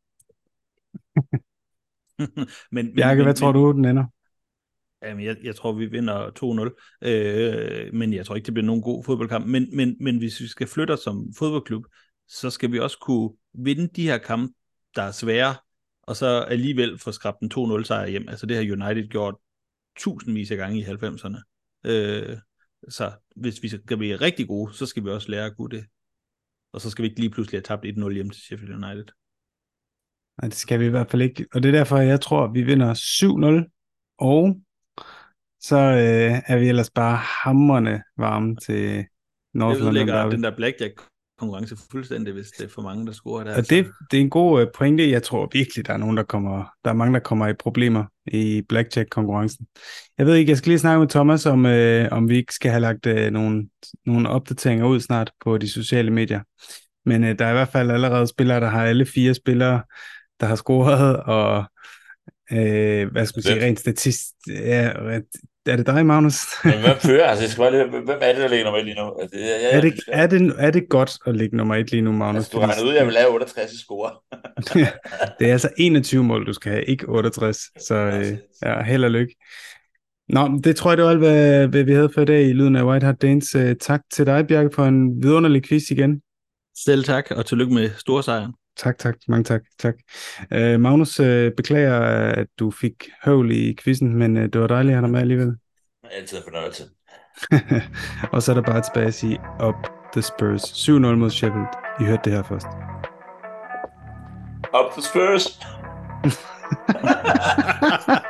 men, Bjarke, men, hvad tror men, du, den ender? Jamen, jeg, jeg tror, vi vinder to nul, øh, men jeg tror ikke, det bliver nogen god fodboldkamp. Men, men, men hvis vi skal flytte os som fodboldklub, så skal vi også kunne vinde de her kampe, der er svære, og så alligevel få skrabt en to nul sejr hjem. Altså det har United gjort tusindvis af gange i halvfemserne. Øh, så hvis vi skal blive rigtig gode, så skal vi også lære at kunne det. Og så skal vi ikke lige pludselig have tabt et nul hjem til Sheffield United. Nej, det skal vi i hvert fald ikke. Og det er derfor, jeg tror, at vi vinder syv nul, og så øh, er vi ellers bare hamrende varme til North Det London ødelægger Derby. den der blackjack konkurrence fuldstændig, hvis det er for mange, der scorer der. Og det, det er en god pointe. Jeg tror virkelig, der er nogen, der kommer, der er mange, der kommer i problemer i blackjack-konkurrencen. Jeg ved ikke, jeg skal lige snakke med Thomas, om, øh, om vi ikke skal have lagt øh, nogle, nogle opdateringer ud snart på de sociale medier. Men øh, der er i hvert fald allerede spillere, der har alle fire spillere, der har scoret, og øh, hvad skal man sige, rent statist... Ja, er det dig, Magnus? Men hvem fører? Altså, jeg skal bare lige, hvem er det, der ligger nummer et lige nu? Altså, jeg, jeg, er, det, er, det, er det godt at ligge nummer et lige nu, Magnus? Altså, du regner ud, at jeg vil lave otteogtres i score. Det er altså enogtyve mål, du skal have, ikke otteogtres. Så øh, ja, held og lykke. Nå, det tror jeg, det var alt, hvad, hvad vi havde for i dag i Lyden af White Hart Danes. Uh, tak til dig, Bjarke, for en vidunderlig quiz igen. Selv tak, og tillykke med store sejren. Tak, tak. Mange tak. tak. Uh, Magnus, uh, beklager, at du fik høvl i quizzen, men uh, det var dejligt at have dig med alligevel. Altid en fornøjelse. Og så er der bare tilbage at sige, up the Spurs. syv nul mod Sheffield. I hørte det her først. Up the Spurs!